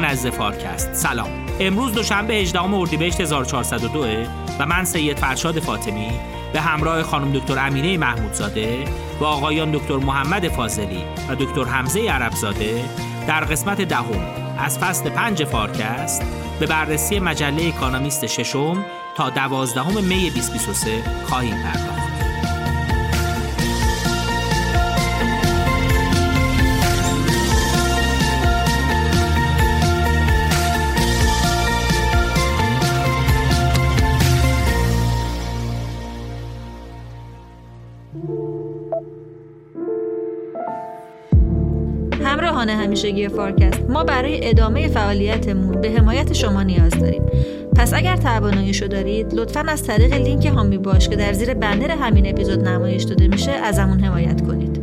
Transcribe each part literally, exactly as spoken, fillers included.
عزیز فارکست، سلام. امروز دوشنبه هجدهم اردیبهشت هزار و چهارصد و دو و من سید فرشاد فاطمی به همراه خانم دکتر امینه محمودزاده و آقایان دکتر محمد فاضلی و دکتر حمزه عربزاده در قسمت دهم از فصل پنج فارکست به بررسی مجله اکونومیست ششم تا دوازدهم می بیست و بیست و سه خواهیم پرداخت. همراهان همیشگی فارکست، ما برای ادامه فعالیتمون به حمایت شما نیاز داریم. پس اگر تواناییشو دارید، لطفاً از طریق لینک هامی باش که در زیر بنر همین اپیزود نمایش داده میشه ازمون حمایت کنید.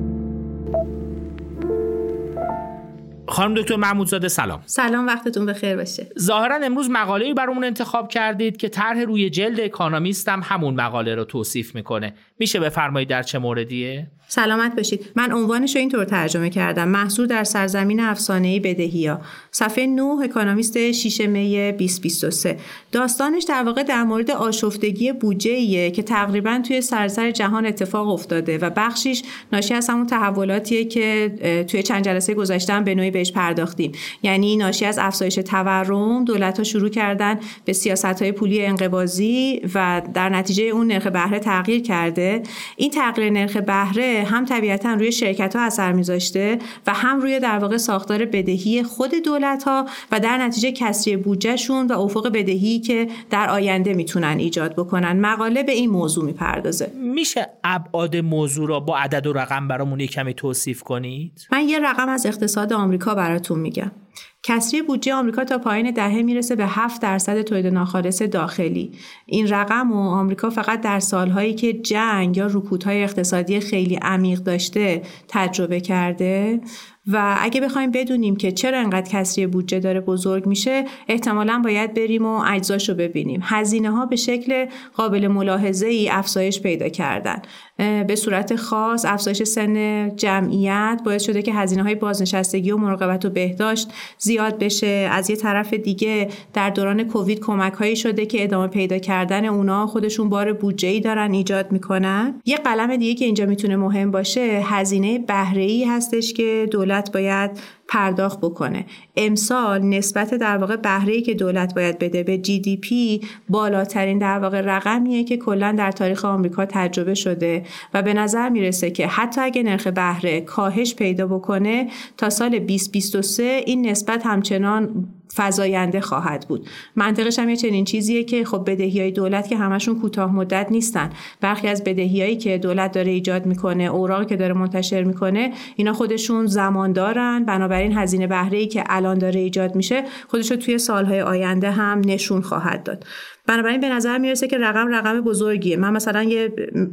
خانم دکتر محمودزاده سلام. سلام، وقتتون بخیر باشه. ظاهرا امروز مقاله‌ای برامون انتخاب کردید که طرح روی جلد اکونومیست هم همون مقاله رو توصیف میکنه. میشه بفرمایید در چه موردیه؟ سلامت باشید. من عنوانش رو اینطور ترجمه کردم: محصور در سرزمین افسانه‌ای بدهی‌ها. صفحه نه، اکونومیست شش می بیست و بیست و سه. داستانش در واقع در مورد آشفتگی بودجه‌ایه که تقریباً توی سراسر جهان اتفاق افتاده و بخشیش ناشی از همون تحولاتیه که توی چند جلسه گذشته هم به نوعی بهش پرداختیم. یعنی ناشی از افزایش تورم، دولت‌ها شروع کردن به سیاست‌های پولی انقباضی و در نتیجه اون نرخ بهره تغییر کرده. این تغییر نرخ بهره هم طبیعتاً روی شرکت‌ها اثر می‌ذاشته و هم روی در واقع ساختار بدهی خود دولت‌ها و در نتیجه کسری بودجهشون و افق بدهی که در آینده میتونن ایجاد بکنن. مقاله به این موضوع میپردازه. میشه ابعاد موضوع را با عدد و رقم برامون یک کمی توصیف کنید؟ من یه رقم از اقتصاد آمریکا براتون میگم. کسری بودجه آمریکا تا پایین دهه میرسه به هفت درصد تولید ناخالص داخلی. این رقم و آمریکا فقط در سالهایی که جنگ یا رکودهای اقتصادی خیلی عمیق داشته تجربه کرده. و اگه بخوایم بدونیم که چرا انقدر کسری بودجه داره بزرگ میشه، احتمالاً باید بریم و اجزاشو ببینیم. هزینه ها به شکل قابل ملاحظه‌ای افزایش پیدا کردن. به صورت خاص افزایش سن جمعیت باعث شده که هزینه‌های بازنشستگی و مراقبت و بهداشت زیاد بشه. از یه طرف دیگه در دوران کووید کمک‌هایی شده که ادامه پیدا کردن اونا خودشون بار بودجه‌ای دارن ایجاد میکنن. یه قلم دیگه که اینجا میتونه مهم باشه هزینه بهره‌ای هستش که دولت باید پرداخت بکنه. امسال نسبت در واقع بهره‌ای که دولت باید بده به جی دی پی بالاترین در واقع رقمیه که کلا در تاریخ آمریکا تجربه شده و به نظر میرسه که حتی اگه نرخ بهره کاهش پیدا بکنه تا سال بیست بیست و سه این نسبت همچنان فزاینده خواهد بود. منطقش هم یه چنین چیزیه که خب بدهیای دولت که همشون کوتاه مدت نیستن. برخی از بدهیایی که دولت داره ایجاد میکنه، اوراقی که داره منتشر میکنه، اینا خودشون زمان دارن. بنابراین هزینه بهره‌ای که الان داره ایجاد میشه خودش رو توی سالهای آینده هم نشون خواهد داد. بنابراین به نظر میرسه که رقم رقم بزرگیه. من مثلا یه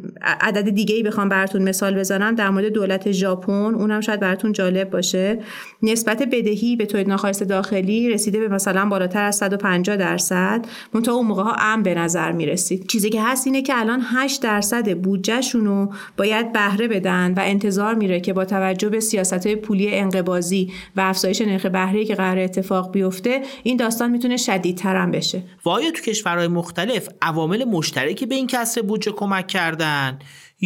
عدد دیگه‌ای بخوام براتون مثال بزنم در مورد دولت ژاپن، اونم شاید براتون جالب باشه. نسبت بدهی به تولید ناخالص داخلی رسیده به مثلا بالاتر از صد و پنجاه درصد. منتها اون موقع‌ها ام به نظر میرسید. چیزی که هست اینه که الان هشت درصد بودجهشون رو باید بهره بدن و انتظار میره که با توجه به سیاست‌های پولی انقباضی و افزایش نرخ بهره‌ای که قرار اتفاق بیفته این داستان میتونه شدیدتر هم بشه. وایا تو کشورهای مختلف عوامل مشترکی به این کسر بودجه کمک کردن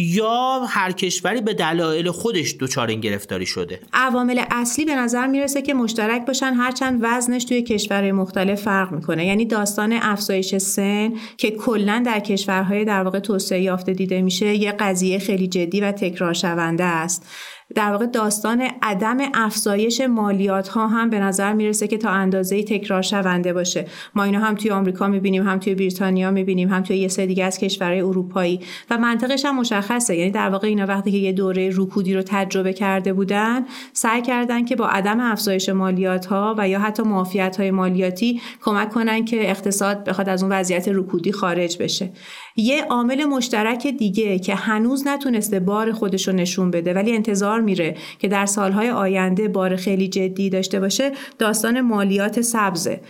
یا هر کشوری به دلایل خودش دچار این گرفتاری شده؟ عوامل اصلی به نظر میرسه که مشترک باشن، هرچند وزنش توی کشورهای مختلف فرق میکنه. یعنی داستان افزایش سن که کلا در کشورهای در واقع توسعه یافته دیده میشه یه قضیه خیلی جدی و تکرار شونده است. در واقع داستان عدم افزایش مالیات ها هم به نظر میرسه که تا اندازه‌ای تکرار شونده باشه. ما اینو هم توی آمریکا میبینیم، هم توی بریتانیا میبینیم، هم توی یه سری دیگه از کشورهای اروپایی و منطقش هم مشخصه. یعنی در واقع اینا وقتی که یه دوره رکودی رو تجربه کرده بودن سعی کردن که با عدم افزایش مالیات ها و یا حتی معافیت های مالیاتی کمک کنن که اقتصاد بخواد از اون وضعیت رکودی خارج بشه. یه عامل مشترک دیگه که هنوز نتونسته بار خودش رو نشون بده ولی انتظار میره که در سالهای آینده بار خیلی جدی داشته باشه، داستان مالیات سبزه.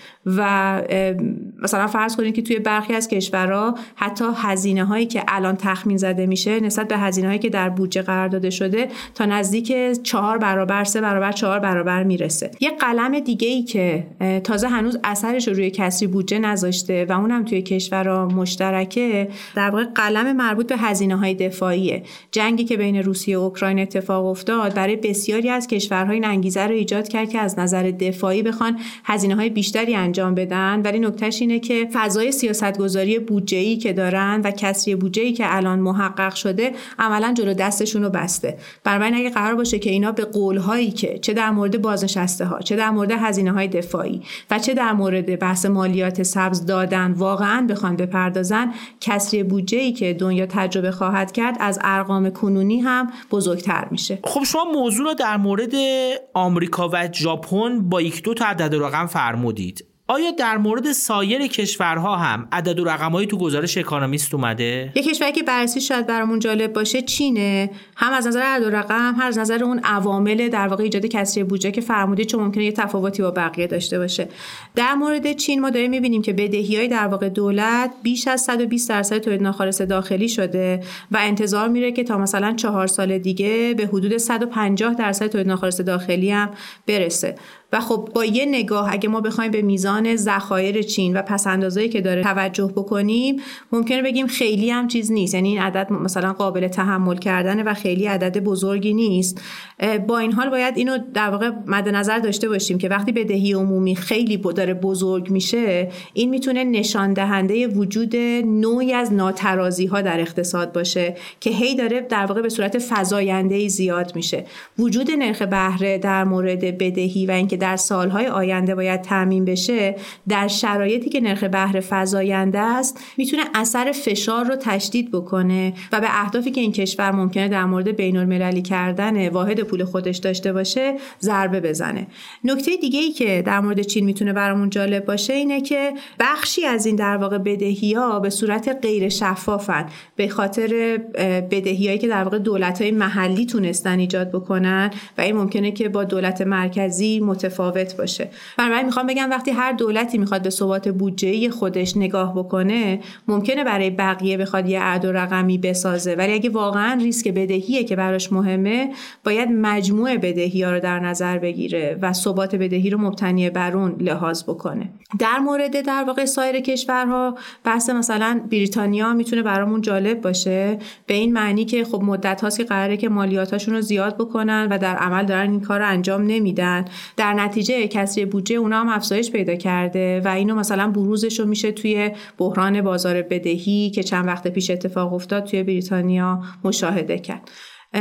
و مثلا فرض کنید که توی برخی از کشورها حتی هزینه هایی که الان تخمین زده میشه نسبت به هزینه هایی که در بودجه قرار داده شده تا نزدیک چهار برابر، سه برابر، چهار برابر میرسه. یه قلم دیگه ای که تازه هنوز اثرش رو روی کسری بودجه نذاشته و اونم توی کشورها مشترکه، در واقع قلم مربوط به هزینه های دفاعیه. جنگی که بین روسیه و اوکراین اتفاق افتاد برای بسیاری از کشورها این انگیزه رو ایجاد کرد که از نظر دفاعی بخوان هزینه های بیشتری انجام بدن، ولی نکتهش اینه که فضای سیاستگذاری بودجه‌ای که دارن و کسری بودجه‌ای که الان محقق شده عملاً جلو دستشون رو بسته. بنابراین اگه قرار باشه که اینا به قول‌هایی که چه در مورد بازنشسته‌ها، چه در مورد هزینه‌های دفاعی و چه در مورد بحث مالیات سبز دادن واقعاً بخوان بپردازن، کسری بودجه‌ای که دنیا تجربه خواهد کرد از ارقام کنونی هم بزرگتر میشه. خب شما موضوع رو در مورد آمریکا و ژاپن با یک دو تا عدد و رقم فرمودید. آیا در مورد سایر کشورها هم عدد و رقم‌هایی تو گزارش اکونومیست اومده؟ یک کشوری که بررسی شاید برامون جالب باشه چینه، هم از نظر عدد و رقم، هم از نظر اون عوامل در واقع ایجاد کسری بودجه که فرمودید، چون ممکنه یه تفاوتی با بقیه داشته باشه. در مورد چین ما داریم می‌بینیم که بدهی‌های در واقع دولت بیش از صد و بیست درصد تولید ناخالص داخلی شده و انتظار میره که تا مثلا چهار سال دیگه به حدود صد و پنجاه درصد تولید ناخالص داخلی هم برسه. و خب با یه نگاه اگه ما بخوایم به میزان ذخایر چین و پس‌اندازایی که داره توجه بکنیم، ممکنه بگیم خیلی هم چیز نیست، یعنی این عدد مثلا قابل تحمل کردنه و خیلی عدد بزرگی نیست. با این حال باید اینو در واقع مد نظر داشته باشیم که وقتی بدهی عمومی خیلی داره بزرگ میشه، این میتونه نشان دهنده وجود نوعی از ناترازی‌ها در اقتصاد باشه که هی داره در واقع به صورت فزاینده‌ای زیاد میشه. وجود نرخ بهره در مورد بدهی و اینکه در سالهای آینده باید تامین بشه، در شرایطی که نرخ بهره فزاینده است میتونه اثر فشار رو تشدید بکنه و به اهدافی که این کشور ممکنه در مورد بین‌المللی کردن واحد پول خودش داشته باشه ضربه بزنه. نکته دیگه ای که در مورد چین میتونه برامون جالب باشه اینه که بخشی از این در واقع بدهی‌ها به صورت غیر شفافن، به خاطر بدهی‌هایی که در واقع دولت‌های محلی تونستن ایجاد بکنن و این ممکنه که با دولت مرکزی متفاوت باشه. بنابراین میخوام بگم وقتی هر دولتی میخواد به ثبات بودجه‌ای خودش نگاه بکنه، ممکنه برای بقیه بخواد یه عدد و رقمی بسازه، ولی اگه واقعا ریسک بدهیه که براش مهمه، باید مجموع بدهی‌ها رو در نظر بگیره و ثبات بدهی رو مبتنی بر اون لحاظ بکنه. در مورد در واقع سایر کشورها، بحث مثلا بریتانیا میتونه برامون جالب باشه، به این معنی که خب مدت هاست که قراره که مالیاتاشون رو زیاد بکنن و در عمل دارن این کار رو انجام نمیدن. در نتیجه کسری بودجه اونا هم افزایش پیدا کرده و اینو مثلا بروزش رو میشه توی بحران بازار بدهی که چند وقت پیش اتفاق افتاد توی بریتانیا مشاهده کرد.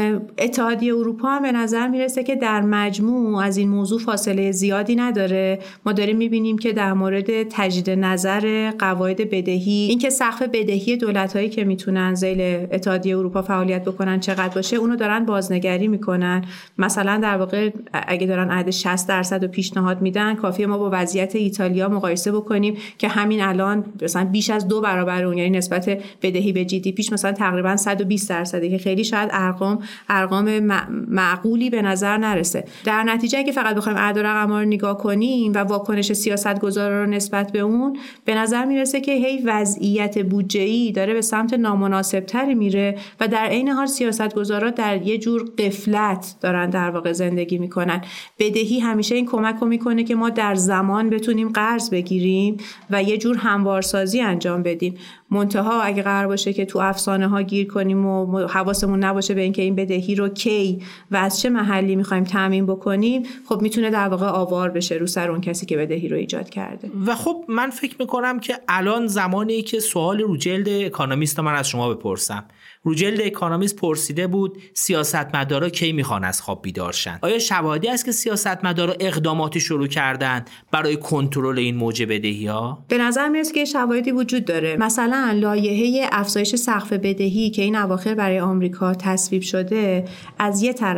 اتحادیه اروپا هم به نظر میرسه که در مجموع از این موضوع فاصله زیادی نداره. ما داریم میبینیم که در مورد تجدید نظر قواعد بدهی، اینکه سقف بدهی دولت‌هایی که میتونن ذیل اتحادیه اروپا فعالیت بکنن چقدر باشه، اونو دارن بازنگری میکنن. مثلا در واقع اگه دارن عدد شصت درصد رو پیشنهاد میدن، کافیه ما با وضعیت ایتالیا مقایسه بکنیم که همین الان مثلا بیش از دو برابر اون، یعنی نسبت بدهی به جی دی پیش مثلا تقریبا صد و بیست درصده که خیلی شاید ارقام ارقام معقولی به نظر نرسه. در نتیجه که فقط بخوایم اعداد و رقم‌ها رو نگاه کنیم و واکنش سیاستگزارا رو نسبت به اون، به نظر میرسه که هی وضعیت بودجه‌ای داره به سمت نامناسب‌تری میره و در عین حال سیاستگزارا در یه جور غفلت دارن در واقع زندگی میکنن. بدهی همیشه این کمک رو میکنه که ما در زمان بتونیم قرض بگیریم و یه جور هموارسازی انجام بدیم. منتها اگه قرار باشه که تو افسانه ها گیر کنیم و حواسمون نباشه به اینکه این بدهی رو کی و از چه محلی میخوایم تامین بکنیم، خب میتونه در واقع آوار بشه رو سر اون کسی که بدهی رو ایجاد کرده. و خب من فکر میکنم که الان زمانیه که سوال رو جلد اکونومیست من از شما بپرسم. رو جلد اکونومیست پرسیده بود سیاستمدارا کی میخوان از خواب بیدار شن؟ آیا شواهدی است که سیاستمدارا اقداماتی شروع کردن برای کنترل این موج بدهی‌ها؟ به نظر میاد که شواهدی وجود داره. مثلا لایحه افزایش سقف بدهی که این اواخر برای آمریکا تصویب شده، از یه طرف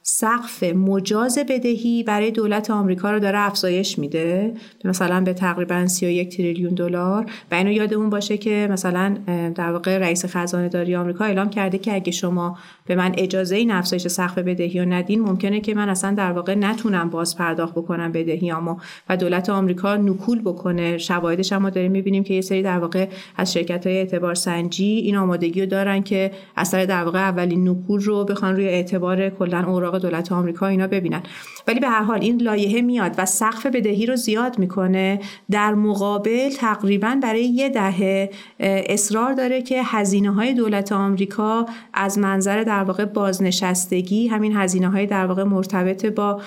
سقف مجاز بدهی برای دولت آمریکا رو داره افزایش میده، مثلا به تقریبا سی و یک تریلیون دلار. و اینو یادمون باشه که مثلا در واقع رئیس خزانه داری آمریکا اعلام کرده که اگه شما به من اجازه این افزایش سقف بدهی رو ندین، ممکنه که من اصلا در واقع نتونم باز پرداخت بکنم بدهیامو و دولت آمریکا نکول بکنه. شواهدش هم ما داریم میبینیم که یه سری در واقع از شرکت‌های اعتبار سنجی این آمادگی رو دارن که اثر در واقع اولین نکول رو بخوان روی اعتبار کلا اوراق دولت آمریکا اینا ببینن. ولی به هر حال این لایحه میاد و سقف بدهی رو زیاد میکنه، در مقابل تقریبا برای یه دهه اصرار داره که هزینه‌های دولت آمریکا از منظر در واقع بازنشستگی، همین هزینه‌های در واقع مرتبط با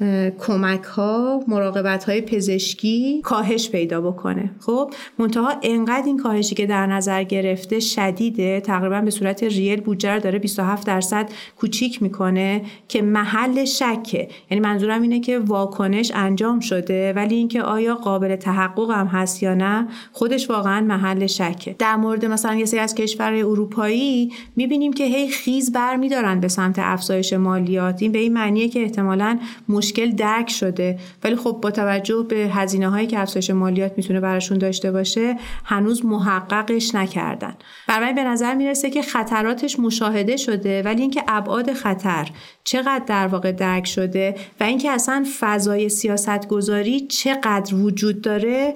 کمک ها، مراقبت های پزشکی کاهش پیدا بکنه. خب منتها انقدر این کاهشی که در نظر گرفته شدیده، تقریبا به صورت ریل بودجه رو داره بیست و هفت درصد کوچیک میکنه که محل شکه. یعنی منظورم اینه که واکنش انجام شده، ولی اینکه آیا قابل تحقق هم هست یا نه خودش واقعا محل شکه. در مورد مثلا یه سری از کشورهای اروپایی میبینیم که هی خیز برمیدارن به سمت افزایش مالیات. این به این معنیه که احتمالاً مشکل درک شده، ولی خب با توجه به هزینه هایی که افزایش مالیات میتونه براشون داشته باشه هنوز محققش نکردن. برای به نظر میرسه که خطراتش مشاهده شده، ولی اینکه ابعاد خطر چقدر در واقع درک شده و اینکه اصلا فضای سیاستگذاری چقدر وجود داره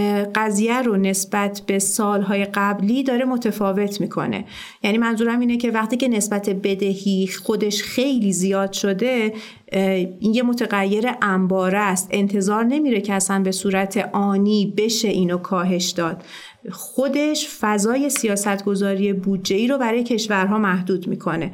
قضیه رو نسبت به سالهای قبلی داره متفاوت میکنه. یعنی منظورم اینه که وقتی که نسبت بدهی خودش خیلی زیاد شده، این یه متغیر انباره است، انتظار نمیره که اصلا به صورت آنی بشه اینو کاهش داد. خودش فضای سیاستگذاری بودجه‌ای رو برای کشورها محدود میکنه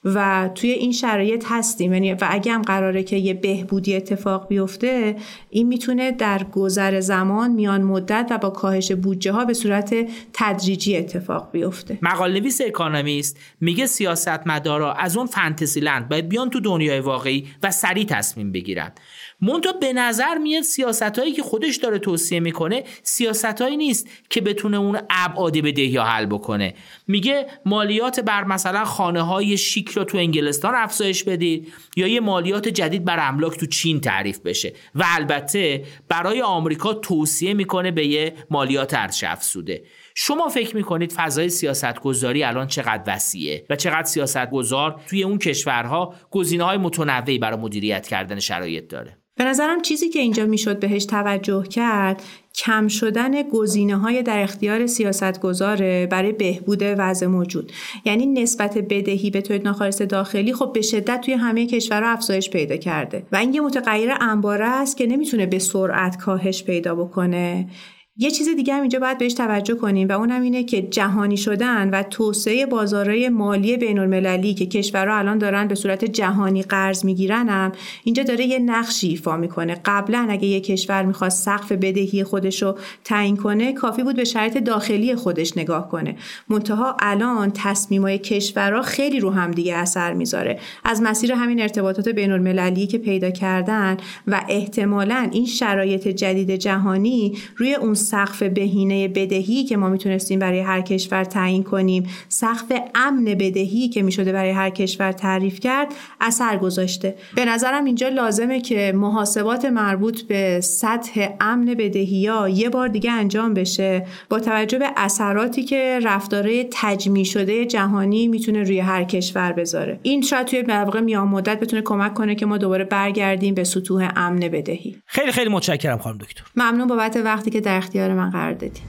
و توی این شرایط هستیم. یعنی و اگه هم قراره که یه بهبودی اتفاق بیفته، این میتونه در گذر زمان میان مدت و با کاهش بودجه ها به صورت تدریجی اتفاق بیفته. مقاله نویس اکونومیست میگه سیاستمدارا از اون فانتزی لند باید بیان تو دنیای واقعی و سریع تصمیم بگیرن. منتها به نظر میاد سیاستایی که خودش داره توصیه میکنه سیاستایی نیست که بتونه اون ابعاد بدهی ها حل بکنه. میگه مالیات بر مثلا خانه‌های شیک رو تو انگلستان افزایش بدید یا یه مالیات جدید بر املاک تو چین تعریف بشه و البته برای آمریکا توصیه میکنه به یه مالیات ارزش افزوده. شما فکر میکنید فضای سیاستگذاری الان چقدر وسیعه و چقدر سیاستگزار توی اون کشورها گزینه‌های متنوعی برای مدیریت کردن شرایط داره؟ به نظرم چیزی که اینجا میشد بهش توجه کرد کم شدن گزینه‌های در اختیار سیاستگزاره برای بهبود وضع موجود. یعنی نسبت بدهی به تولید ناخالص داخلی خب به شدت توی همه کشورها افزایش پیدا کرده و این یه متغیر انباره است که نمیتونه به سرعت کاهش پیدا بکنه. یه چیز دیگه هم اینجا باید بهش توجه کنیم و اونم اینه که جهانی شدن و توسعه بازارهای مالی بین‌المللی که کشورها الان دارن به صورت جهانی قرض میگیرن هم اینجا داره یه نقشی ایفا میکنه. قبلا اگه یه کشور میخواست سقف بدهی خودش رو تعیین کنه کافی بود به شرایط داخلی خودش نگاه کنه. منتها الان تصمیمای کشورها خیلی رو هم دیگه اثر میذاره از مسیر همین ارتباطات بین‌المللی که پیدا کردن و احتمالاً این شرایط جدید جهانی روی اون سقف بهینه بدهی که ما میتونستیم برای هر کشور تعیین کنیم، سقف امن بدهی که میشده برای هر کشور تعریف کرد، اثر گذاشته. به نظرم اینجا لازمه که محاسبات مربوط به سطح امن بدهی‌ها یه بار دیگه انجام بشه با توجه به اثراتی که رفتارهای تجمیع شده جهانی میتونه روی هر کشور بذاره. این شاید توی در واقع میان مدت بتونه کمک کنه که ما دوباره برگردیم به سطوح امن بدهی. خیلی خیلی متشکرم خانم دکتر. ممنون بابت وقتی که در اختیار من قرار دادید.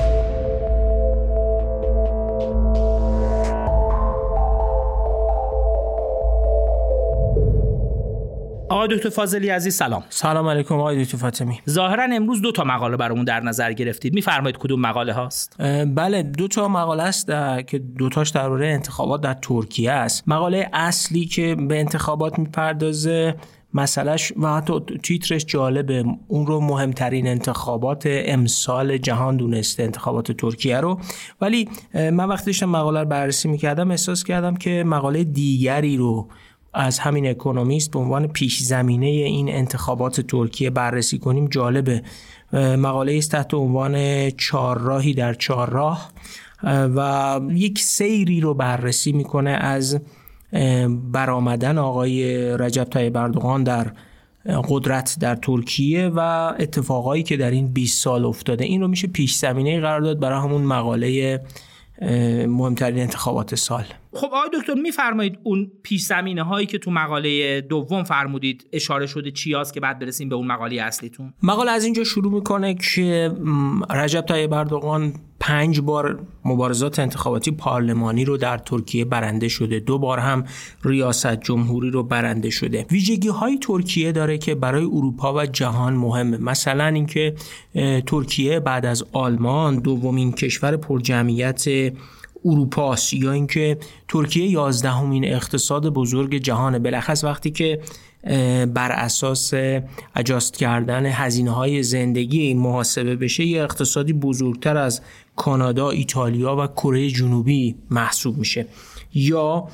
آقای دکتر فاضلی عزیز سلام. سلام علیکم آقای دکتر فاطمی. ظاهرا امروز دو تا مقاله برامون در نظر گرفتید. میفرمایید کدوم مقاله هاست؟ بله دو تا مقاله است که دو تاش درباره انتخابات در ترکیه است. مقاله اصلی که به انتخابات میپردازه مسئلهش و حتی تیترش جالبه، اون رو مهمترین انتخابات امسال جهان دونسته، انتخابات ترکیه رو. ولی من وقتی داشتم مقاله رو بررسی میکردم احساس کردم که مقاله دیگری رو از همین اکونومیست به عنوان پیش زمینه این انتخابات ترکیه بررسی کنیم جالبه. مقاله است تحت عنوان چهار راهی در چهار راه و یک سیری رو بررسی میکنه از برآمدن آقای رجب طیب اردوغان در قدرت در ترکیه و اتفاقایی که در این بیست سال افتاده، این رو میشه پیش زمینه قرار داد برای همون مقاله مهمترین انتخابات سال. خب آقای دکتر میفرمایید اون پیش زمینه هایی که تو مقاله دوم فرمودید اشاره شده چی هست که بعد برسیم به اون مقاله اصلیتون؟ مقاله از اینجا شروع میکنه که رجب طیب اردوغان پنج بار مبارزات انتخاباتی پارلمانی رو در ترکیه برنده شده، دو بار هم ریاست جمهوری رو برنده شده. ویژگی های ترکیه داره که برای اروپا و جهان مهمه، مثلا اینکه ترکیه بعد از آلمان دومین کشور پرجمعیت اروپاست، یا اینکه ترکیه یازدهمین اقتصاد بزرگ جهانه. بالاخص وقتی که بر اساس اجاست کردن هزینه‌های زندگی این محاسبه بشه، یه اقتصادی بزرگتر از کانادا، ایتالیا و کره جنوبی محسوب میشه. یا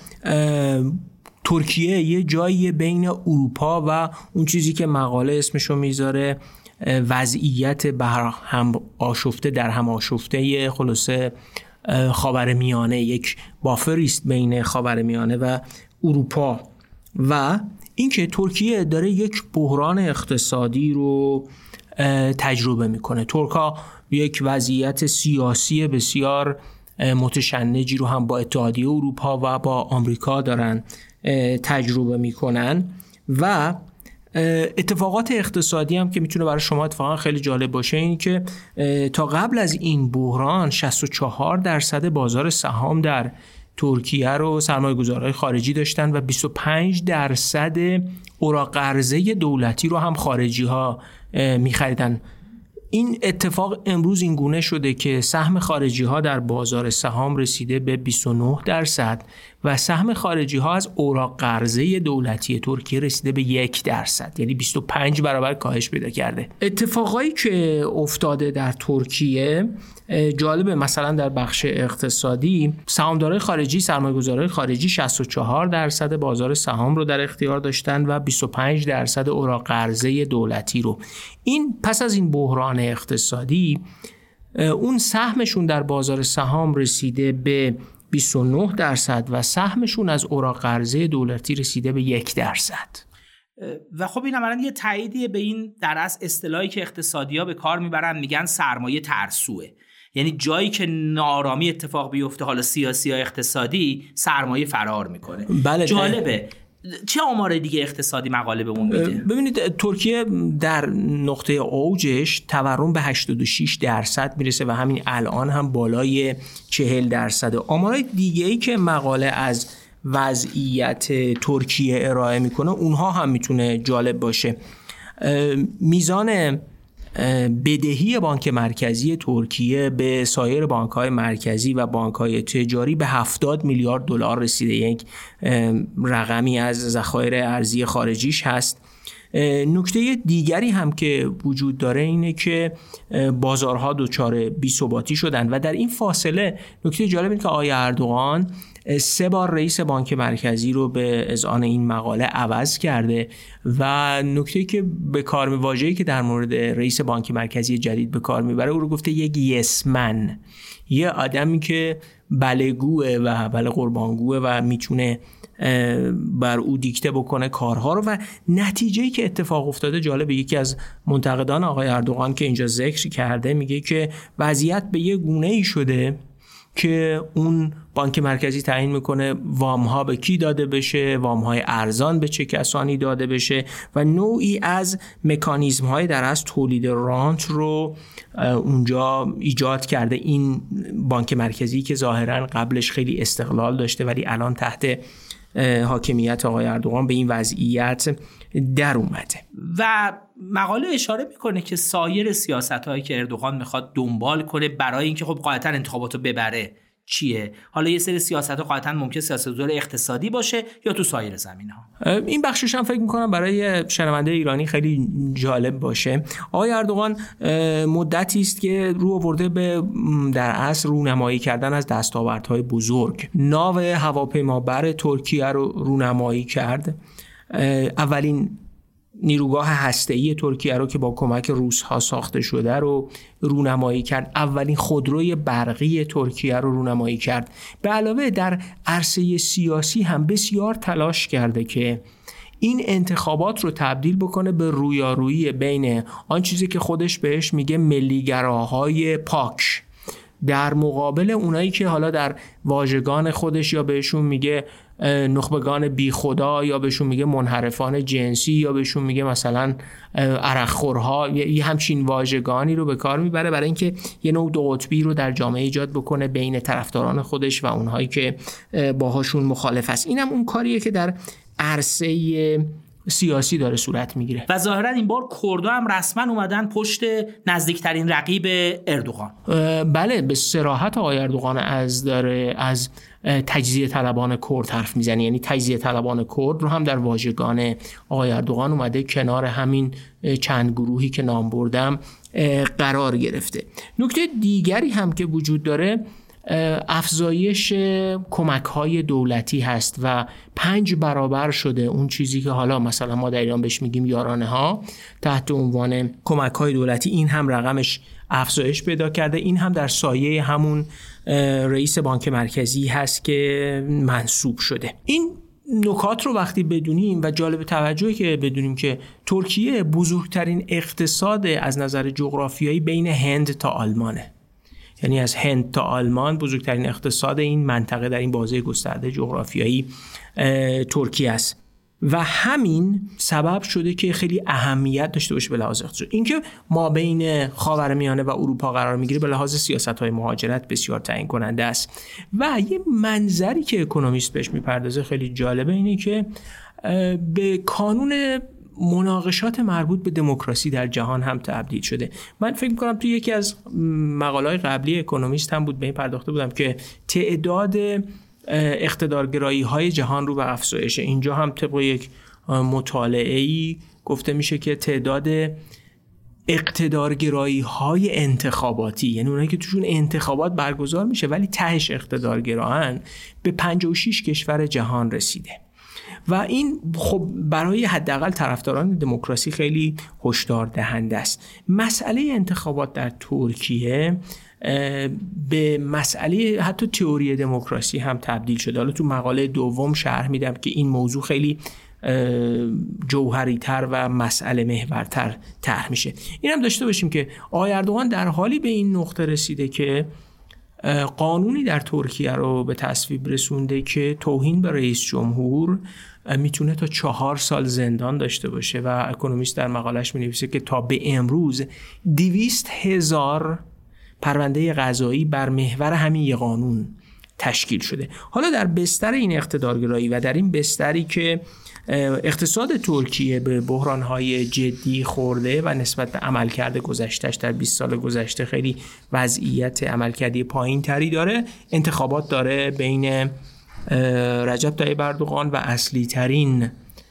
ترکیه یه جایی بین اروپا و اون چیزی که مقاله اسمشو میذاره وضعیت بر هم آشفته در هم آشفته خلاصه خاورمیانه، یک بافریست بین خاورمیانه و اروپا. و اینکه ترکیه داره یک بحران اقتصادی رو تجربه میکنه. ترکا یک وضعیت سیاسی بسیار متشنجی رو هم با اتحادیه اروپا و با آمریکا دارن تجربه میکنن و اتفاقات اقتصادی هم که میتونه برای شما اتفاقا خیلی جالب باشه این که تا قبل از این بحران شصت و چهار درصد بازار سهام در ترکیه رو سرمایه‌گذارهای خارجی داشتن و بیست و پنج درصد اوراق قرضه دولتی رو هم خارجی ها می‌خریدن. این اتفاق امروز این گونه شده که سهم خارجی ها در بازار سهام رسیده به بیست و نه درصد و سهم خارجی ها از اوراق قرضه دولتی ترکیه رسیده به یک درصد، یعنی بیست و پنج برابر کاهش پیدا کرده. اتفاقایی که افتاده در ترکیه جالبه، مثلا در بخش اقتصادی سهامدارای خارجی، سرمایه‌گذارهای خارجی شصت و چهار درصد بازار سهام رو در اختیار داشتن و بیست و پنج درصد اوراق قرضه دولتی رو. این پس از این بحران اقتصادی اون سهمشون در بازار سهام رسیده به بیست و نه درصد و سهمشون از اوراق قرضه دولتی رسیده به یک درصد. و خب این عملاً یه تاییدیه به این در اصل اصطلاحی که اقتصادی‌ها به کار میبرن، میگن سرمایه ترسوه. یعنی جایی که نارامی اتفاق بیفته، حالا سیاسی یا اقتصادی، سرمایه فرار میکنه. بله جالبه. چه آمار دیگه اقتصادی مقاله بهمون میده؟ ببینید ترکیه در نقطه اوجش تورم به هشتاد و شش درصد میرسه و همین الان هم بالای چهل درصد. آمارهای دیگه‌ای که مقاله از وضعیت ترکیه ارائه میکنه اونها هم میتونه جالب باشه. میزان بدهی بانک مرکزی ترکیه به سایر بانک‌های مرکزی و بانک‌های تجاری به هفتاد میلیارد دلار رسیده، یک رقمی از ذخایر ارزی خارجیش هست. نکته دیگری هم که وجود داره اینه که بازارها دچار بی‌ثباتی شدن و در این فاصله نکته جالب اینه که آقای اردوغان سه بار رئیس بانک مرکزی رو به اذعان این مقاله عوض کرده و نکته‌ای که به کار می واژه‌ای که در مورد رئیس بانک مرکزی جدید به کار میبره او رو گفته یک یسمن، یه آدمی که بلگوه و بله قربانگوه و میتونه بر او دیکته بکنه کارها رو. و نتیجه‌ای که اتفاق افتاده جالبه، یکی از منتقدان آقای اردوغان که اینجا ذکر کرده میگه که وضعیت به یه گونه‌ای شده که اون بانک مرکزی تعیین میکنه وام‌ها به کی داده بشه، وام‌های ارزان به چه کسانی داده بشه و نوعی از مکانیزم‌های در از تولید رانت رو اونجا ایجاد کرده. این بانک مرکزی که ظاهراً قبلش خیلی استقلال داشته ولی الان تحت حاکمیت آقای اردوغان به این وضعیت در اومده. و مقاله اشاره میکنه که سایر سیاست‌هایی که اردوغان میخواد دنبال کنه برای اینکه خب قاعدتاً انتخاباتو ببره چیه؟ حالا یه سری سیاست‌ها قاعدتاً ممکنه سیاست‌گذار اقتصادی باشه یا تو سایر زمینه‌ها. این بخشش هم فکر میکنم برای شنونده ایرانی خیلی جالب باشه. آقای اردوغان مدتی است که رو آورده به در اصل رونمایی کردن از دستاوردهای بزرگ. ناو هواپیمابر ترکیه رو رونمایی کرد. اولین نیروگاه هسته‌ای ترکیه رو که با کمک روس‌ها ساخته شده رو رونمایی کرد. اولین خودروی برقی ترکیه رو رونمایی کرد. به علاوه در عرصه سیاسی هم بسیار تلاش کرده که این انتخابات رو تبدیل بکنه به رویارویی بین آن چیزی که خودش بهش میگه ملیگراهای پاک در مقابل اونایی که حالا در واژگان خودش یا بهشون میگه نخبگان بی خدا یا بهشون میگه منحرفان جنسی یا بهشون میگه مثلا عرقخورها، یه همچین واژگانی رو به کار میبره برای اینکه یه نوع دو قطبی رو در جامعه ایجاد بکنه بین طرفداران خودش و اونهایی که باهاشون مخالف است. اینم اون کاریه که در عرصه سیاسی داره صورت میگیره. و ظاهرا این بار کردها هم رسما اومدن پشت نزدیکترین رقیب اردوغان. بله، به صراحت آقای اردوغان از داره از تجزیه طلبان کرد حرف میزنه، یعنی تجزیه طلبان کرد رو هم در واژگان آقای اردوغان اومده کنار همین چند گروهی که نام بردم قرار گرفته. نکته دیگری هم که وجود داره افزایش کمک‌های دولتی هست و پنج برابر شده اون چیزی که حالا مثلا ما در ایران بهش میگیم یارانه ها تحت عنوان کمک‌های دولتی، این هم رقمش افزایش پیدا کرده. این هم در سایه همون رئیس بانک مرکزی هست که منصوب شده. این نکات رو وقتی بدونیم و جالب توجهی که بدونیم که ترکیه بزرگترین اقتصاد از نظر جغرافیایی بین هند تا آلمانه، یعنی از هند تا آلمان بزرگترین اقتصاد این منطقه در این بازه گسترده جغرافیایی ترکیه است و همین سبب شده که خیلی اهمیت داشته باشه به لحاظ اقتصادی. اینکه ما بین خاورمیانه و اروپا قرار میگیره به لحاظ سیاست‌های مهاجرت بسیار تعیین کننده است. و یه منظری که اکونومیست بهش میپردازه خیلی جالبه، اینه که به کانون مناقشات مربوط به دموکراسی در جهان هم تبدیل شده. من فکر می‌کنم توی یکی از مقاله‌های قبلی اکونومیست هم بود به این پرداخته بودم که تعداد اقتدارگرایی‌های جهان رو به افزایش. اینجا هم طبق یک مطالعه‌ای گفته میشه که تعداد اقتدارگرایی‌های انتخاباتی، یعنی اونایی که توشون انتخابات برگزار میشه ولی تهش اقتدارگراهن، به پنجاه و شش کشور جهان رسیده. و این خب برای حداقل طرفداران دموکراسی خیلی هشدار دهنده است. مسئله انتخابات در ترکیه به مسئله حتی تئوری دموکراسی هم تبدیل شده. حالا تو مقاله دوم شرح میدم که این موضوع خیلی جوهری تر و مسئله محورتر طرح میشه. این هم داشته باشیم که آقای اردوغان در حالی به این نقطه رسیده که قانونی در ترکیه رو به تصویب رسونده که توهین به رئیس جمهور میتونه تا چهار سال زندان داشته باشه و اکونومیست در مقالش مینویسه که تا به امروز دویست هزار پرونده قضایی بر محور همین یه قانون تشکیل شده. حالا در بستر این اقتدارگرایی و در این بستری که اقتصاد ترکیه به بحران‌های جدی خورده و نسبت به عملکرد گذشته‌اش در بیست سال گذشته خیلی وضعیت عملکردی پایین‌تری داره، انتخابات داره بین رجب طیب اردوغان و اصلی ترین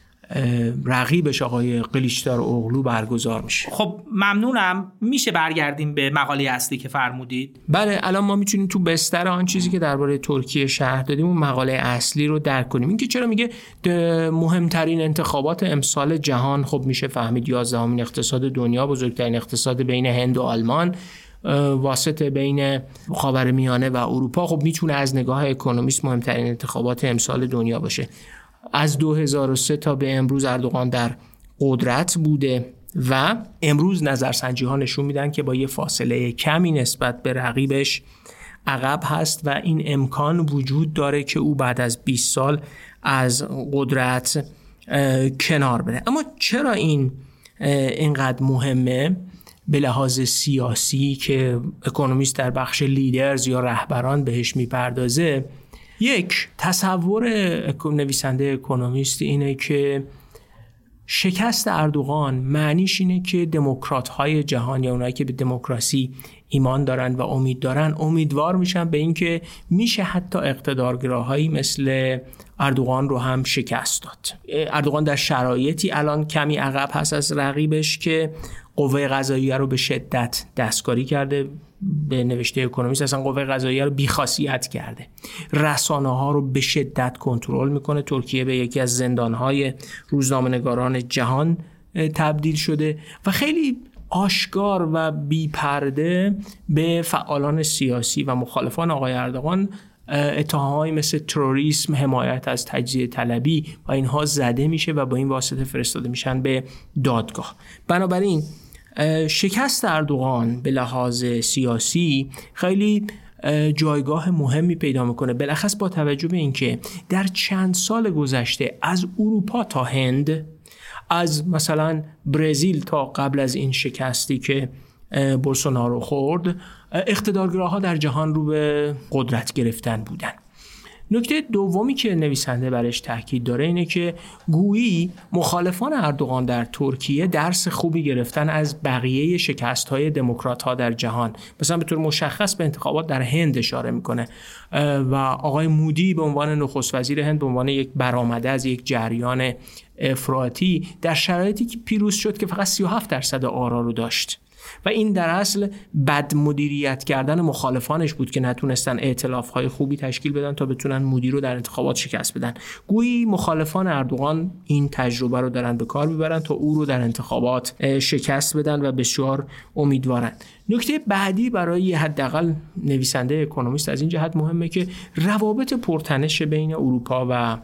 رقیبش آقای قلیچدار اوغلو برگزار میشه. خب ممنونم. میشه برگردیم به مقاله اصلی که فرمودید؟ بله، الان ما میتونیم تو بستر آن چیزی که درباره ترکیه شرح دادیم اون مقاله اصلی رو درک کنیم. این که چرا میگه مهمترین انتخابات امسال جهان، خب میشه فهمید یازدهمین اقتصاد دنیا، بزرگترین اقتصاد بین هند و آلمان، واسطه بین خاورمیانه و اروپا، خب میتونه از نگاه اکونومیست مهمترین انتخابات امسال دنیا باشه. از دو هزار و سه تا به امروز اردوغان در قدرت بوده و امروز نظرسنجی ها نشون میدن که با یه فاصله کمی نسبت به رقیبش عقب هست و این امکان وجود داره که او بعد از بیست سال از قدرت کنار بره. اما چرا این اینقدر مهمه به لحاظ سیاسی که اکونومیست در بخش لیدرز یا رهبران بهش میپردازه؟ یک تصور نویسنده اکونومیست اینه که شکست اردوغان معنیش اینه که دموکرات‌های جهان یا اونایی که به دموکراسی ایمان دارن و امید دارن امیدوار میشن به این که میشه حتی اقتدارگراهایی مثل اردوغان رو هم شکست داد. اردوغان در شرایطی الان کمی عقب هست از رقیبش که قوه قضاییه رو به شدت دستکاری کرده. به نوشته اکونومیست اصلا قوه قضاییه رو بیخاصیت کرده. رسانه ها رو به شدت کنترل میکنه. ترکیه به یکی از زندانهای روزنامه‌نگاران جهان تبدیل شده و خیلی آشکار و بی‌پرده به فعالان سیاسی و مخالفان آقای اردوغان اتهام‌هایی مثل تروریسم، حمایت از تجزیه طلبی و اینها زده میشه و با این واسطه فرستاده میشن به دادگاه. بنابراین شکست اردوغان به لحاظ سیاسی خیلی جایگاه مهمی پیدا میکنه، بالاخص با توجه به اینکه در چند سال گذشته از اروپا تا هند، از مثلا برزیل تا قبل از این شکستی که بولسونارو خورد، اقتدارگراها در جهان رو به قدرت گرفتن بودن. نکته دومی که نویسنده برش تاکید داره اینه که گویی مخالفان اردوغان در ترکیه درس خوبی گرفتن از بقیه شکست‌های دموکرات‌ها در جهان. مثلا به طور مشخص به انتخابات در هند اشاره میکنه و آقای مودی به عنوان نخست وزیر هند به عنوان یک برآمده از یک جریان افراطی در شرایطی که پیروز شد که فقط سی و هفت درصد آرا رو داشت و این در اصل بد مدیریت کردن مخالفانش بود که نتونستن ائتلاف‌های خوبی تشکیل بدن تا بتونن مودی رو در انتخابات شکست بدن. گویی مخالفان اردوغان این تجربه رو دارن به کار میبرن تا او رو در انتخابات شکست بدن و بسیار امیدوارن. نکته بعدی برای حداقل نویسنده اکونومیست از این جهت مهمه که روابط پرتنش بین اروپا و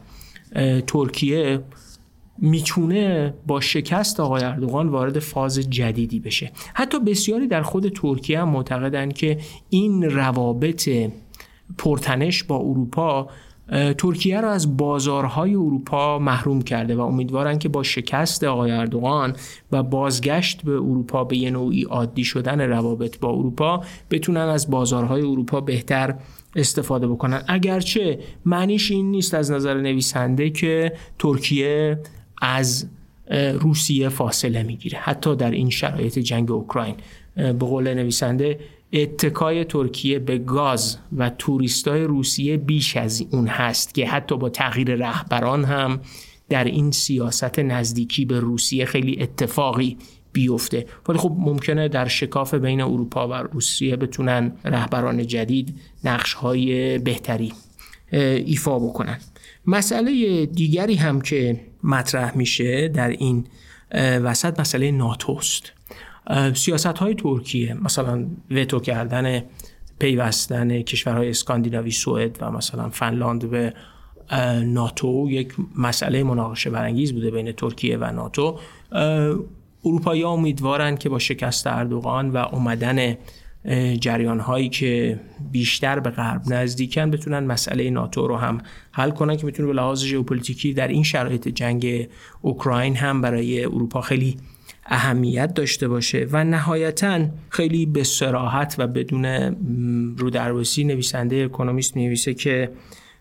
ترکیه میتونه با شکست آقای اردوغان وارد فاز جدیدی بشه. حتی بسیاری در خود ترکیه هم معتقدن که این روابط پرتنش با اروپا ترکیه را از بازارهای اروپا محروم کرده و امیدوارن که با شکست آقای اردوغان و بازگشت به اروپا به یه نوعی عادی شدن روابط با اروپا بتونن از بازارهای اروپا بهتر استفاده بکنن. اگرچه معنیش این نیست از نظر نویسنده که ترکیه از روسیه فاصله میگیره. حتی در این شرایط جنگ اوکراین به قول نویسنده اتکای ترکیه به گاز و توریستای روسیه بیش از اون هست که حتی با تغییر رهبران هم در این سیاست نزدیکی به روسیه خیلی اتفاقی بیفته. ولی خب ممکنه در شکاف بین اروپا و روسیه بتونن رهبران جدید نقش‌های بهتری ایفا بکنن. مسئله دیگری هم که مطرح میشه در این وسط مسئله ناتوست. سیاست‌های ترکیه مثلا وتو کردن پیوستن کشورهای اسکاندیناوی، سوئد و مثلا فنلاند به ناتو یک مسئله مناقشه برانگیز بوده بین ترکیه و ناتو. اروپایی‌ها امیدوارن که با شکست اردوغان و اومدن جریان‌هایی که بیشتر به غرب نزدیکن بتونن مسئله ناتو رو هم حل کنن که بتونه به لحاظ ژئوپلیتیکی در این شرایط جنگ اوکراین هم برای اروپا خیلی اهمیت داشته باشه. و نهایتاً خیلی به صراحت و بدون رودرباسی نویسنده اکونومیست می‌نویسه که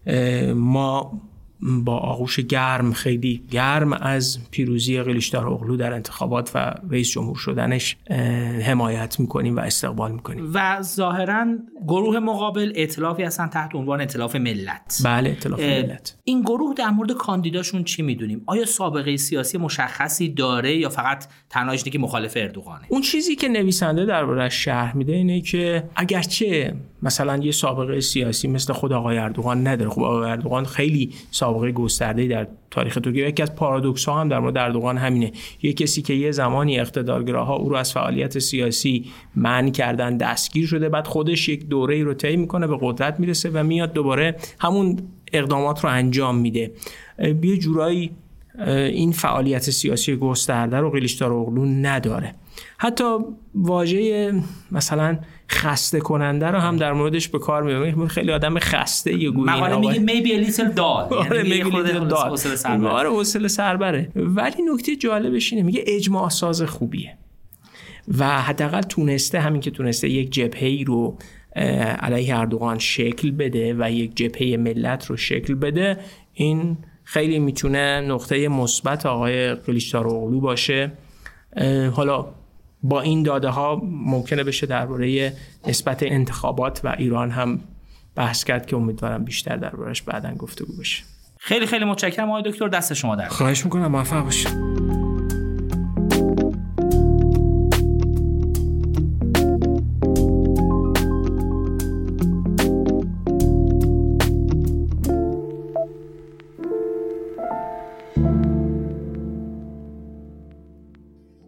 ما با آغوش گرم خیلی گرم از پیروزی قلیچداروغلو در انتخابات و رئیس جمهور شدنش حمایت میکنیم و استقبال میکنیم. و ظاهراً گروه مقابل ائتلافی هستن تحت عنوان ائتلاف ملت. بله، ائتلاف ملت. این گروه در مورد کاندیداشون چی میدونیم؟ آیا سابقه سیاسی مشخصی داره یا فقط تنهاش اینه که مخالف اردوغانه؟ اون چیزی که نویسنده درباره‌اش شرح میده اینه که اگرچه مثلا یه سابقه سیاسی مثل خود آقای اردوغان نداره، خب آقای اردوغان خیلی سابقه گسترده‌ای در تاریخ ترکیه. یکی از پارادوکس‌ها هم در مورد اردوغان همینه، یه کسی که یه زمانی اقتدارگراها او رو از فعالیت سیاسی منع کردن، دستگیر شده، بعد خودش یک دوره‌ای رو طی میکنه، به قدرت میرسه و میاد دوباره همون اقدامات رو انجام میده. یه جورایی این فعالیت سیاسی گسترده رو قلیچداروغلو نداره. حتی واژه مثلا خسته کننده رو هم در موردش به کار میبره. خیلی آدم خسته یه گویی مقاله میگه maybe a little dull، یعنی خود حوصله سربره. آره حوصله سربره. ولی نکته جالبش اینه میگه اجماع ساز خوبیه و حداقل تونسته، همین که تونسته یک جبهه‌ای رو علیه اردوغان شکل بده و یک جبهه ملت رو شکل بده، این خیلی میتونه نقطه مثبت آقای قلیچداروغلو باشه. حالا با این داده ها ممکنه بشه درباره نسبت انتخابات و ایران هم بحث کرد که امیدوارم بیشتر دربارش بعداً گفتگو بشه. خیلی خیلی متشکرم آقای دکتر، دست شما در. خواهش میکنم، موفق باشید.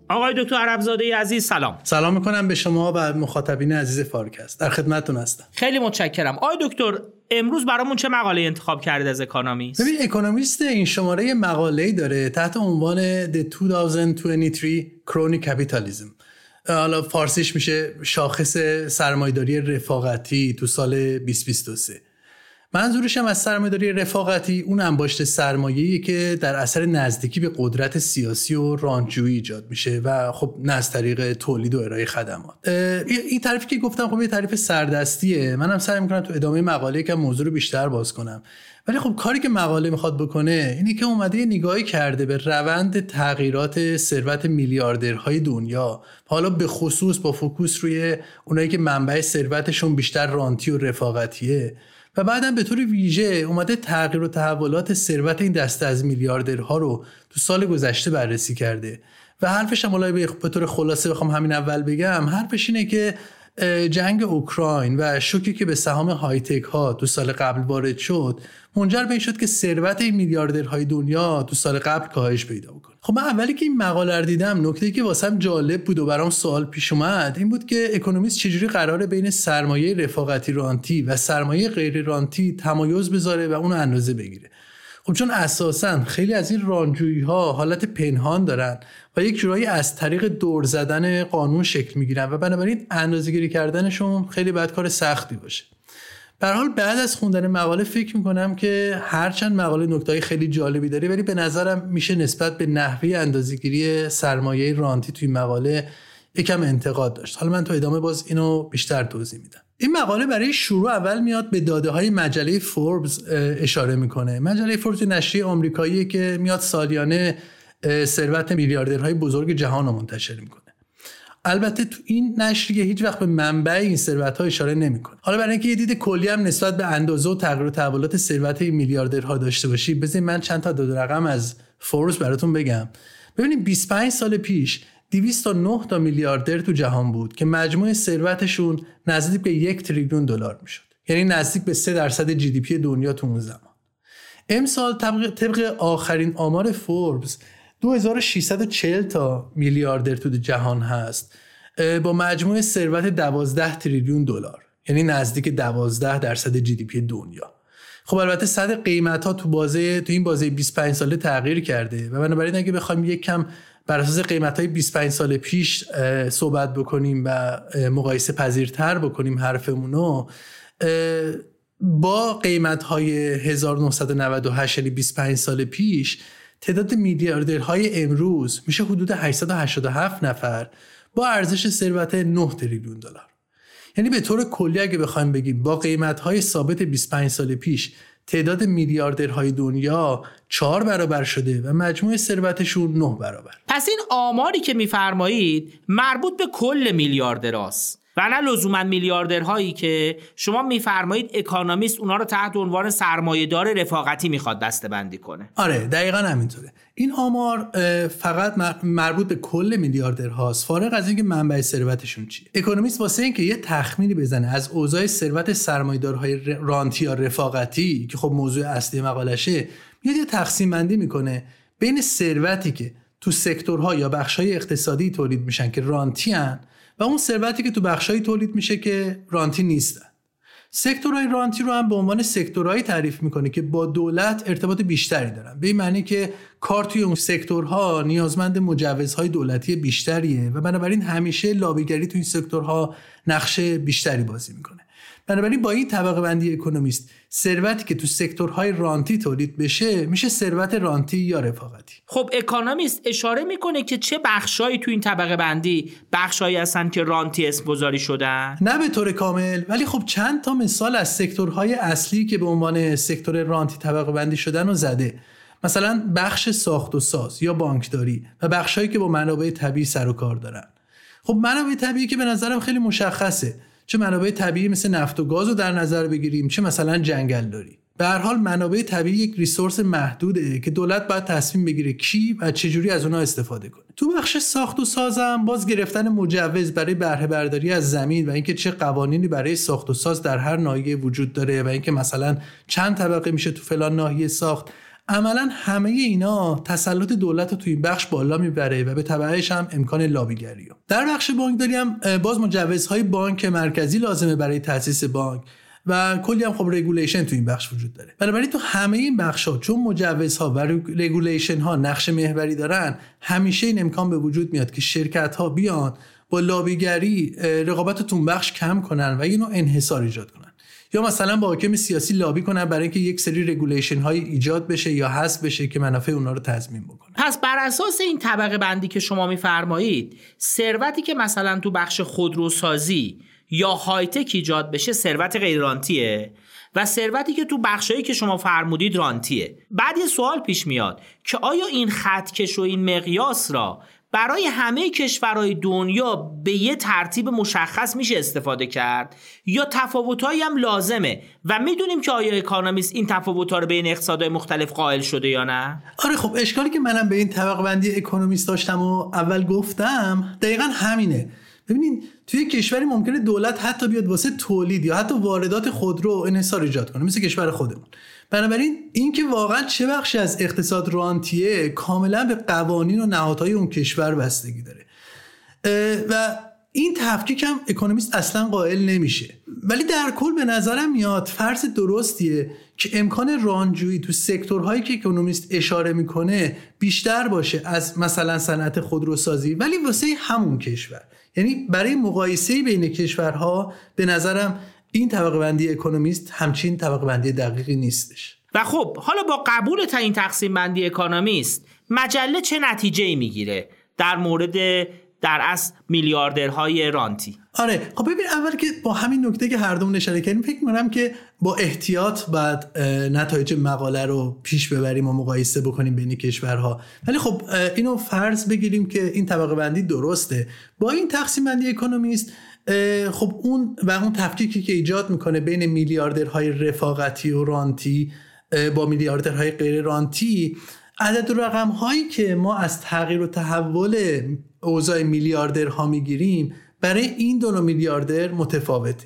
آقای دکتر عربزاده عزیز سلام. سلام میکنم به شما و مخاطبین عزیز فارکست. در خدمتتون هستم. خیلی متشکرم. آقای دکتر امروز برامون چه مقاله انتخاب کردید از اکونومیست؟ ببین اکونومیست این شماره مقاله‌ای داره تحت عنوان The دو هزار و بیست و سه Crony Capitalism. حالا فارسیش میشه شاخص سرمایه‌داری رفاقتی تو سال بیست بیست و سه. منظورش هم از سرمایه‌داری رفاقتی اون انباشت سرمایه‌ای که در اثر نزدیکی به قدرت سیاسی و رانت‌جویی ایجاد میشه و خب نه از طریق تولید و ارائه خدمات. این تعریفی که گفتم خب یه تعریف سردستیه. منم سعی می‌کنم تو ادامه مقاله که موضوع رو بیشتر باز کنم. ولی خب کاری که مقاله میخواد بکنه اینه که اومده یه نگاهی کرده به روند تغییرات ثروت میلیاردرهای دنیا، حالا به خصوص با فوکوس روی اونایی که منبع ثروتشون بیشتر رانتی و رفاقتیه، و بعدم به طور ویژه اومده تغییر و تحولات ثروت این دسته از میلیاردرها رو تو سال گذشته بررسی کرده. و حرفش هم حالا به طور خلاصه بخوام همین اول بگم، حرفش اینه که جنگ اوکراین و شوکی که به سهام های تک ها تو سال قبل وارد شد منجر به این شد که ثروت این میلیاردرهای دنیا تو سال قبل کاهش پیدا بکنه. خب من اولی که این مقاله رو دیدم نکته‌ای که واسم جالب بود و برام سوال پیش اومد این بود که اکونومیست چجوری قراره بین سرمایه رفاقتی رانتی و سرمایه غیر رانتی تمایز بذاره و اون رو اندازه بگیره. خب چون اساساً خیلی از این رانجویی‌ها حالت پنهان دارن و یک جورایی از طریق دور زدن قانون شکل میگیرن و بنابراین اندازه‌گیری کردنشون خیلی باید کار سختی باشه. به هر حال بعد از خوندن مقاله فکر میکنم که هرچند مقاله نکته‌های خیلی جالبی داره ولی به نظرم میشه نسبت به نحوه اندازه‌گیری سرمایه رانتی توی مقاله یکم انتقاد داشت. حالا من تو ادامه باز اینو بیشتر توضیح میدم. این مقاله برای شروع اول میاد به داده‌های مجله فوربس اشاره میکنه. مجله فوربس نشریه آمریکاییه که میاد سالیانه ثروت میلیاردرهای بزرگ جهان رو منتشر میکنه. البته تو این نشریه هیچ وقت به منبع این ثروت‌ها اشاره نمی‌کنه. حالا برای اینکه یه دید کلی هم نسبت به اندازه و تغییر و تحولات ثروت این میلیاردرها داشته باشی، بذارید من چند تا داده رقم از فوربس براتون بگم. ببینید بیست و پنج سال پیش دویست و نه تا میلیاردر تو جهان بود که مجموع ثروتشون نزدیک به یک تریلیون دلار میشد. یعنی نزدیک به سه درصد جی دی پی دنیا تو اون زمان. امسال طبق, طبق آخرین آمار فوربس دو هزار و ششصد و چهل تا میلیاردر تو جهان هست با مجموع ثروت دوازده تریلیون دلار، یعنی نزدیک دوازده درصد جی دی پی دنیا. خب البته صد قیمت ها تو بازه تو این بازه بیست و پنج ساله تغییر کرده و بنابراین اگه بخوایم یک کم بر اساس قیمت های بیست و پنج سال پیش صحبت بکنیم و مقایسه پذیرتر بکنیم حرفمونو با قیمت های هزار و نهصد و نود و هشت یعنی بیست و پنج سال پیش، تعداد میلیاردرهای امروز میشه حدود هشتصد و هشتاد و هفت نفر با ارزش ثروت نه تریلیون دلار. یعنی به طور کلی اگه بخوایم بگیم با قیمت‌های ثابت بیست و پنج سال پیش تعداد میلیاردرهای دنیا چهار برابر شده و مجموع ثروتشون نه برابر. پس این آماری که میفرمایید مربوط به کل میلیاردراست و نه لزوما میلیاردرهایی که شما میفرمایید اکونومیست اونا رو تحت عنوان سرمایه‌دار رفاقتی میخواد دسته‌بندی کنه. آره دقیقاً همینطوره. این آمار فقط مربوط به کل میلیاردرهاست، فارغ از اینکه منبع ثروتشون چیه. اکونومیست واسه اینکه یه تخمینی بزنه از اوضاع ثروت سرمایه‌دارهای رانتی یا رفاقتی که خب موضوع اصلی مقالشه، میاد یه تقسیم بندی میکنه بین ثروتی که تو سکتورها یا بخش‌های اقتصادی تولید میشن که رانتی ان و اون ثروتی که تو بخشای تولید میشه که رانتی نیستن. سکتورهای رانتی رو هم به عنوان سکتورهایی تعریف میکنه که با دولت ارتباط بیشتری دارن، به این معنی که کار توی اون سکتورها نیازمند مجوزهای دولتی بیشتریه و بنابراین همیشه لابیگری توی این سکتورها نقش بیشتری بازی میکنه. بنابراین با این طبقه بندی اکونومیست ثروتی که تو سکتورهای رانتی تولید بشه میشه ثروت رانتی یا رفاقتی. خب اکونومیست اشاره میکنه که چه بخشایی تو این طبقه بندی بخشایی هستن که رانتی اسم گذاری شدن؟ نه به طور کامل، ولی خب چند تا مثال از سکتورهای اصلی که به عنوان سکتور رانتی طبقه بندی شدن رو زده. مثلا بخش ساخت و ساز یا بانکداری و بخشایی که با منابع طبیعی سر و کار دارن. خب منابع طبیعی که به نظرم خیلی مشخصه، چه منابع طبیعی مثل نفت و گاز رو در نظر بگیریم چه مثلا جنگل داری. به هر حال منابع طبیعی یک ریسورس محدوده که دولت باید تصمیم بگیره کی و چجوری از اونها استفاده کنه. تو بخش ساخت و سازم باز گرفتن مجوز برای بهره برداری از زمین و اینکه چه قوانینی برای ساخت و ساز در هر ناحیه وجود داره و اینکه مثلا چند طبقه میشه تو فلان ناحیه ساخت، عملا همه اینا تسلط دولت رو توی این بخش بالا میبره و به تبعش هم امکان لابیگری ها. در بخش بانکداری هم باز مجوزهای بانک مرکزی لازمه برای تأسیس بانک و کلی هم خب رگولیشن تو این بخش وجود داره. بنابراین تو همه این بخش‌ها چون مجوزها و رگولیشن ها نقش محوری دارن، همیشه این امکان به وجود میاد که شرکت‌ها بیان با لابیگری رقابت تو بخش کم کنن و اینو انحصار ایجاد کنن، یا مثلا با حاکم سیاسی لابی کنن برای اینکه یک سری رگولیشن های ایجاد بشه یا حذف بشه که منافع اونها رو تضمین بکنه. پس بر اساس این طبقه بندی که شما میفرمایید، ثروتی که مثلا تو بخش خودروسازی یا های تک ایجاد بشه ثروت غیر رانتیه و ثروتی که تو بخشایی که شما فرمودید رانتیه. بعد یه سوال پیش میاد که آیا این خطکش و این مقیاس را برای همه کشورهای دنیا به یه ترتیب مشخص میشه استفاده کرد یا تفاوتایی هم لازمه و میدونیم که آیا اکونومیست این تفاوت‌ها رو بین اقتصادهای مختلف قائل شده یا نه؟ آره خب اشکالی که منم به این طبقه بندی اکونومیست داشتم و اول گفتم دقیقاً همینه. ببینید توی کشوری ممکنه دولت حتی بیاد واسه تولید یا حتی واردات خودرو انحصار ایجاد کنه مثل کشور خودمون. بنابراین این که واقعا چه بخشی از اقتصاد رانتیه کاملا به قوانین و نهادهای اون کشور بستگی داره و این تفکیک هم اکونومیست اصلا قائل نمیشه. ولی در کل به نظرم میاد فرض درستیه که امکان رانجویی تو سکتورهایی که اکونومیست اشاره میکنه بیشتر باشه از مثلا صنعت خودروسازی، ولی واسه همون کشور. یعنی برای مقایسه بین کشورها به نظرم این طبقه بندی اکونومیست همچین طبقه بندی دقیقی نیستش. و خب حالا با قبول تا این تقسیم بندی اکونومیست مجله چه نتیجه‌ای میگیره در مورد در اصل میلیاردرهای رانتی؟ آره خب ببین، اول که با همین نکته که هر دوم اشاره کردیم فکر می‌کنم که با احتیاط بعد نتایج مقاله رو پیش ببریم و مقایسه بکنیم بین کشورها. ولی خب اینو فرض بگیریم که این طبقه بندی درسته. با این تقسیم بندی اکونومیست خب اون و اون تفکیکی که ایجاد میکنه بین میلیاردرهای رفاقتی و رانتی با میلیاردرهای غیر رانتی، عدد و رقم هایی که ما از تغییر و تحول اوضاع میلیاردرها میگیریم برای این دو نوع میلیاردر متفاوته.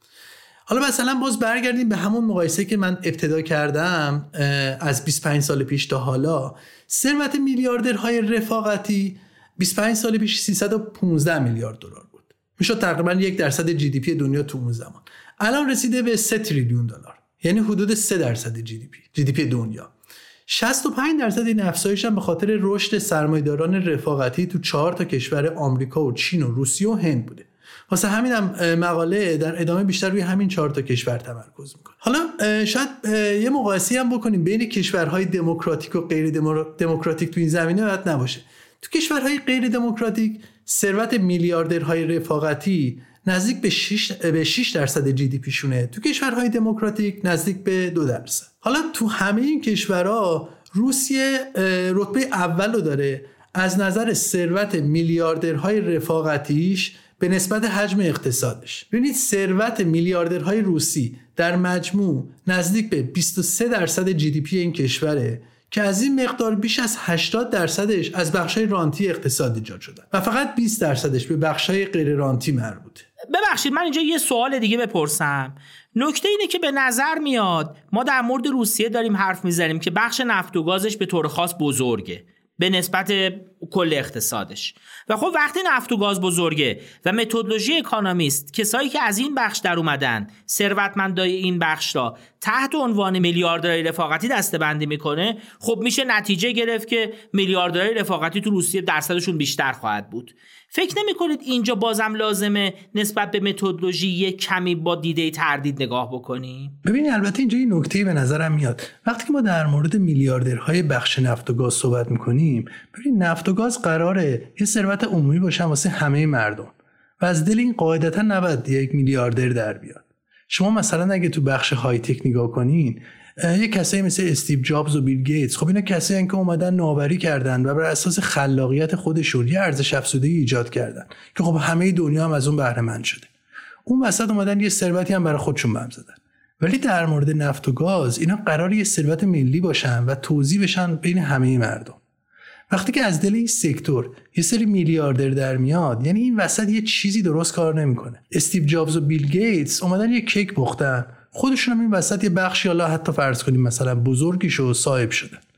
حالا مثلا باز برگردیم به همون مقایسه که من ابتدا کردم از بیست و پنج سال پیش تا حالا. ثروت میلیاردرهای رفاقتی بیست و پنج سال پیش سیصد و پانزده میلیارد دلار بود، میشه تقریبا یک درصد جی دی پی دنیا تو اون زمان. الان رسیده به سه تریلیون دلار، یعنی حدود سه درصد جی دی پی جی دی پی دنیا. شصت و پنج درصد این افزایش هم به خاطر رشد سرمایه‌داران رفاقتی تو چهار تا کشور آمریکا و چین و روسیه و هند بوده. واسه همینم مقاله در ادامه بیشتر روی همین چهار تا کشور تمرکز میکنه. حالا شاید یه مقایسه هم بکنیم بین کشورهای دموکراتیک و غیر دموکراتیک تو این زمینه باید نباشه. تو کشورهای غیر دموکراتیک ثروت میلیاردرهای رفاقتی نزدیک به شش درصد جی دی پی شونه، تو کشورهای دموکراتیک نزدیک به دو درصد. حالا تو همه این کشورها روسیه رتبه اول رو داره از نظر ثروت میلیاردرهای رفاقتیش به نسبت حجم اقتصادش. ببینید ثروت میلیاردرهای روسی در مجموع نزدیک به بیست و سه درصد جی دی پی این کشوره که از این مقدار بیش از هشتاد درصدش از بخشای رانتی اقتصاد ایجاد شده و فقط بیست درصدش به بخشای غیر رانتی مربوطه. ببخشید من اینجا یه سوال دیگه بپرسم. نکته اینه که به نظر میاد ما در مورد روسیه داریم حرف میزنیم که بخش نفت و گازش به طور خاص بزرگه به نسبت کل اقتصادش و خب وقتی نفت و گاز بزرگه و متدولوژی اکونومیست کسایی که از این بخش در اومدن ثروتمندای این بخش را تحت عنوان میلیاردرهای رفاقتی دسته‌بندی میکنه، خب میشه نتیجه گرفت که میلیاردرهای رفاقتی تو روسیه درصدشون بیشتر خواهد بود. فکر نمی‌کنید اینجا بازم لازمه نسبت به متدولوژی یک کمی با دیده تردید نگاه بکنیم؟ ببینید البته اینجا یه نکته‌ای به نظرم میاد. وقتی که ما در مورد میلیاردرهای بخش نفت و گاز صحبت می‌کنیم، ببینید نفت و گاز قراره یه ثروت عمومی باشه واسه همه مردم و از دل این قاعدتا نباید یک میلیاردر در بیاد. شما مثلا اگه تو بخش های تک نگاه کنین، یه کسایی مثل استیو جابز و بیل گیتس، خب اینا کسایی هستن که اومدن نوآوری کردن و بر اساس خلاقیت خودشون یه ارزش افزودگی ایجاد کردن که خب همه دنیا هم از اون بهره مند شده. اون وسط اومدن یه ثروتی هم برای خودشون بهم زدن. ولی در مورد نفت و گاز اینا قراره یه ثروت ملی باشن و توزیع بشن بین همه مردم. وقتی که از دل این سکتور یه سری میلیاردر در میاد، یعنی این وسط یه چیزی درست کار نمیکنه. استیو جابز و بیل گیتس اومدن یه کیک پختن، خودشون هم این وسط یه بخشی، حالا حتی فرض کنیم مثلا بزرگیشو صاحب شدن.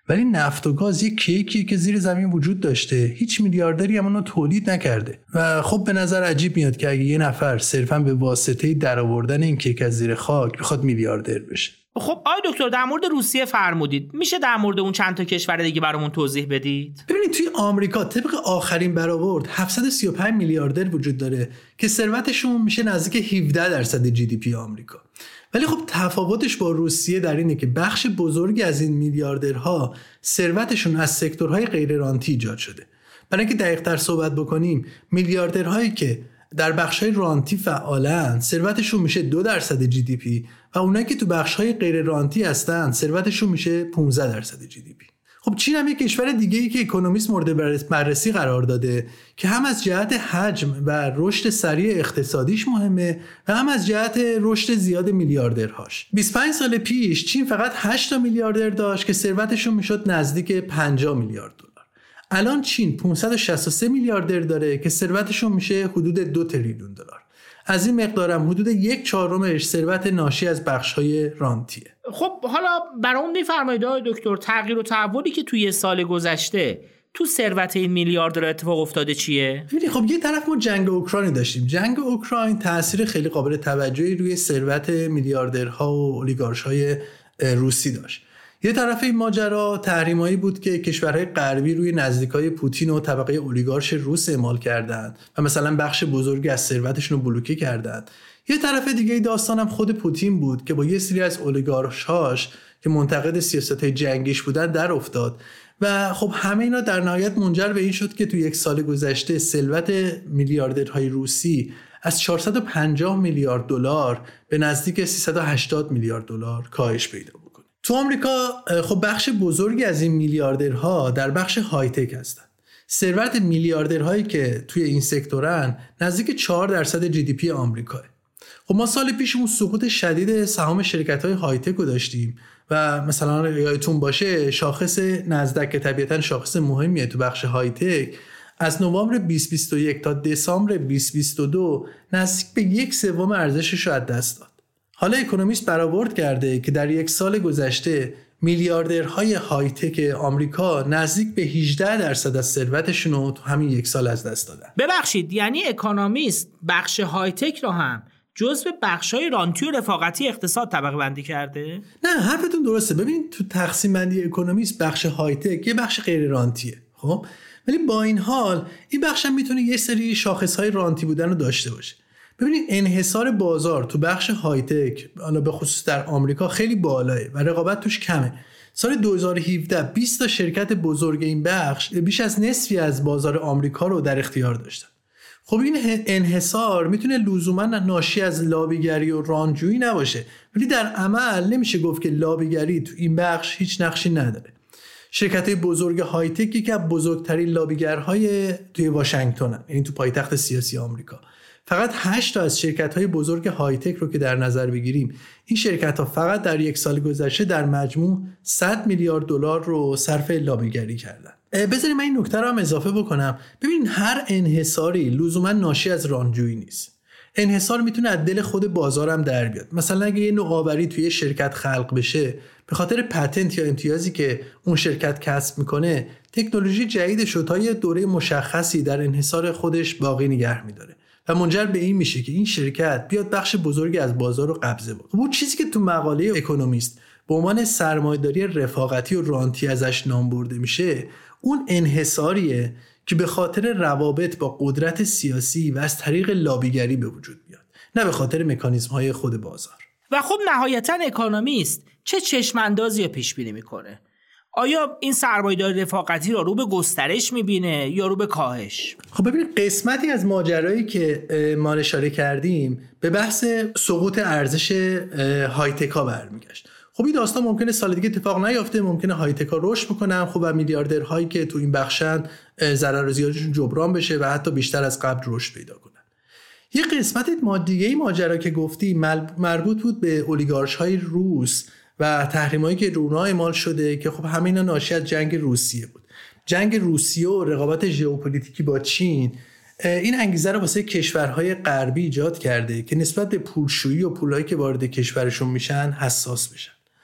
ولی نفت و گاز یک کیکی که زیر زمین وجود داشته، هیچ میلیاردری هم اونو تولید نکرده. و خب به نظر عجیب میاد که اگه یه نفر صرفا به واسطه درآوردن این کیک از زیر خاک بخواد میلیاردر بشه. خب آقای دکتر در مورد روسیه فرمودید، میشه در مورد اون چند تا کشور دیگه برامون توضیح بدید؟ ببینید توی آمریکا طبق آخرین برآورد هفتصد و سی و پنج میلیاردر وجود داره که ثروتشون میشه نزدیک هفده درصد جی دی پی آمریکا. ولی خب تفاوتش با روسیه در اینه که بخش بزرگی از این میلیاردرها ثروتشون از سکتورهای غیر رانتی ایجاد شده. برای اینکه دقیق‌تر صحبت بکنیم، میلیاردرهایی که در بخش‌های رانتی فعالن ثروتشون میشه دو درصد جی دی پی و اونایی که تو بخش‌های غیر رانتی هستن ثروتشون میشه پانزده درصد جی دی پی. خب چین هم یک کشور دیگه‌ای که اکونومیست مورد بررسی قرار داده که هم از جهت حجم و رشد سریع اقتصادیش مهمه و هم از جهت رشد زیاد میلیاردرهاش. بیست و پنج سال پیش چین فقط هشت میلیاردر داشت که ثروتشون میشد نزدیک پنجاه میلیارد دلار. الان چین پانصد و شصت و سه میلیاردر داره که ثروتشون میشه حدود دو تریلیون دلار. از این مقدارم حدود یک چهارمش ثروت ناشی از بخش‌های رانتیه. خب حالا برامون میفرمایید آقای دکتر تغییر و تحولی که توی سال گذشته تو ثروت این میلیاردر اتفاق افتاده چیه؟ ببینید خب یه طرف ما جنگ اوکراین داشتیم. جنگ اوکراین تأثیر خیلی قابل توجهی روی ثروت میلیاردرها و اولیگارش‌های روسی داشت. یه طرف این ماجرا تحریمایی بود که کشورهای غربی روی نزدیکای پوتین و طبقه اولیگارش روس اعمال کردند و مثلا بخش بزرگی از ثروتشون رو بلوکه کردند. یه طرف دیگه داستانم خود پوتین بود که با یه سری از اولیگارش‌هاش که منتقد سیاست‌های جنگیش بودن در افتاد و خب همه اینا در نهایت منجر به این شد که تو یک سال گذشته ثروت میلیاردرهای روسی از چهارصد و پنجاه میلیارد دلار به نزدیک سیصد و هشتاد میلیارد دلار کاهش پیدا بود. تو آمریکا خب بخش بزرگی از این میلیاردرها در بخش های تک هستن. ثروت میلیاردرهایی که توی این سکتورن نزدیک چهار درصد جی دی پی آمریکاه. خب ما سال پیش اون سقوط شدید سهام شرکت‌های های تک رو داشتیم و مثلا یادتون باشه شاخص نزدک که طبیعتاً شاخص مهمیه تو بخش های تک از نوامبر بیست و بیست و یک تا دسامبر بیست و بیست و دو نزدیک به یک سوم ارزشش رو از دست داد. حالا اکونومیست برآورد کرده که در یک سال گذشته میلیاردرهای های تک آمریکا نزدیک به هجده درصد از ثروتشون رو تو همین یک سال از دست دادن. ببخشید یعنی اکونومیست بخش های تک رو هم جزو بخش‌های رانتی و رفاقتی اقتصاد طبقه بندی کرده؟ نه حرفتون درسته. ببین تو تقسیم بندی اکونومیست بخش های تک یه بخش غیر رانتیه. خب ولی با این حال این بخش هم میتونه یه سری شاخص‌های رانتی بودن رو داشته باشه. ببینید انحصار بازار تو بخش های تک حالا به خصوص در آمریکا خیلی بالاه و رقابت توش کمه. سال دو هزار و هفده بیست تا شرکت بزرگ این بخش بیش از نصفی از بازار آمریکا رو در اختیار داشتن. خب این انحصار میتونه لزوما ناشی از لابیگری و رانجویی نباشه، ولی در عمل نمیشه گفت که لابیگری تو این بخش هیچ نقشی نداره. شرکت‌های بزرگ های تک که بزرگترین لابیگرهای توی واشنگتنن، یعنی تو پایتخت سیاسی آمریکا. فقط هشت تا از شرکت‌های بزرگ های تک رو که در نظر بگیریم، این شرکت‌ها فقط در یک سال گذشته در مجموع صد میلیارد دلار رو صرف لابیگری کردن. بذارید من این نکته رو هم اضافه بکنم. ببینید هر انحصاری لزوما ناشی از رانجویی نیست. انحصار میتونه از دل خود بازار هم در بیاد. مثلا اگه یه نوآوری توی شرکت خلق بشه به خاطر پتنت یا امتیازی که اون شرکت کسب میکنه، تکنولوژی جدیدش رو تا یه دوره مشخصی در انحصار خودش باقی نگه میداره و منجر به این میشه که این شرکت بیاد بخش بزرگی از بازار رو قبضه بکنه. اون چیزی که تو مقاله اکونومیست به عنوان سرمایه‌داری رفاقتی و رانتی ازش نام برده میشه، اون انحصاریه که به خاطر روابط با قدرت سیاسی و از طریق لابیگری به وجود میاد، نه به خاطر مکانیزم‌های خود بازار. و خب نهایتاً اکونومیست چه چشم‌اندازی پیش بینی میکنه؟ آیا این سرمایه‌داری رفاقتی رو رو به گسترش میبینه یا رو به کاهش؟ خب ببینید قسمتی از ماجرایی که ما اشاره کردیم به بحث سقوط ارزش های تکا برمیگشت. خب این داستان ممکنه سال دیگه اتفاق نیفته، ممکنه های تکا رشد بکنن، خب و میلیاردرهایی که تو این بخشن ضرر زیادشون جبران بشه و حتی بیشتر از قبل رشد پیدا کنن. یه قسمت ما دیگه ماجرا که گفتی مربوط بود به اولیگارش‌های روس و تحریمایی که رو اونها اعمال شده که خب همه اینا ناشی از جنگ روسیه بود. جنگ روسیه و رقابت ژئوپلیتیکی با چین این انگیزه رو واسه کشورهای غربی ایجاد کرده که نسبت به پولشویی و پولایی که وارد کشورشون میشن حساس بشن.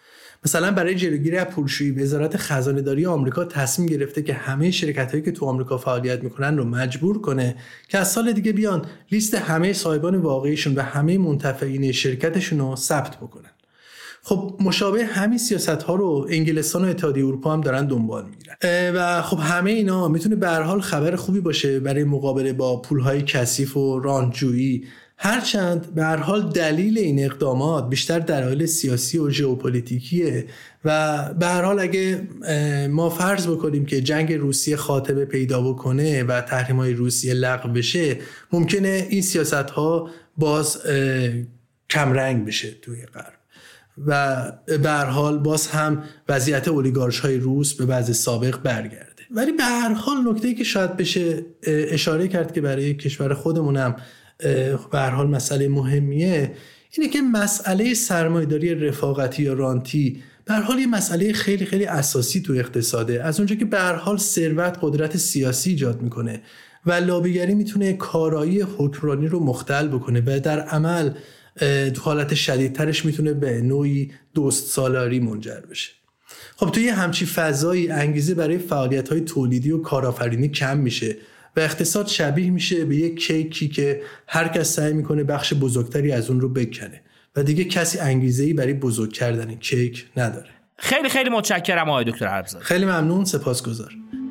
مثلا برای جلوگیری از پولشویی وزارت خزانه‌داری آمریکا تصمیم گرفته که همه شرکت‌هایی که تو آمریکا فعالیت میکنن رو مجبور کنه که از سال دیگه بیان لیست همه صاحبان واقعیشون و همه منتفعین شرکتشون رو ثبت بکنن. خب مشابه همین سیاست‌ها رو انگلستان و اتحادیه اروپا هم دارن دنبال میگیرن و خب همه اینا میتونه به هر حال خبر خوبی باشه برای مقابله با پول‌های کثیف و رانتجویی، هرچند به هر حال دلیل این اقدامات بیشتر دلایل سیاسی و ژئوپلیتیکیه و به هر حال اگه ما فرض بکنیم که جنگ روسیه خاتمه پیدا بکنه و تحریم‌های روسیه لغو بشه، ممکنه این سیاست‌ها باز کمرنگ بشه توی غرب و به هر حال باز هم وضعیت اولیگارش‌های روس به وضع سابق برگرده. ولی به هر حال نکته‌ای که شاید بشه اشاره کرد که برای کشور خودمونم به هر حال مسئله مهمیه اینه که مسئله سرمایه‌داری رفاقتی یا رانتی به هر حال یه مسئله خیلی خیلی اساسی تو اقتصاده، از اونجا که به هر حال ثروت قدرت سیاسی ایجاد میکنه و لابیگری میتونه کارایی حکمرانی رو مختل بکنه و در عمل تو حالت شدیدترش میتونه به نوعی دوست سالاری منجر بشه. خب توی همچی فضایی انگیزه برای فعالیت‌های تولیدی و کارآفرینی کم میشه و اقتصاد شبیه میشه به یک کیکی که هر کس سعی میکنه بخش بزرگتری از اون رو بکنه و دیگه کسی انگیزه‌ای برای بزرگ کردن کیک نداره. خیلی خیلی متشکرم آقای دکتر حرب‌زاده. خیلی ممنون، سپاسگزار.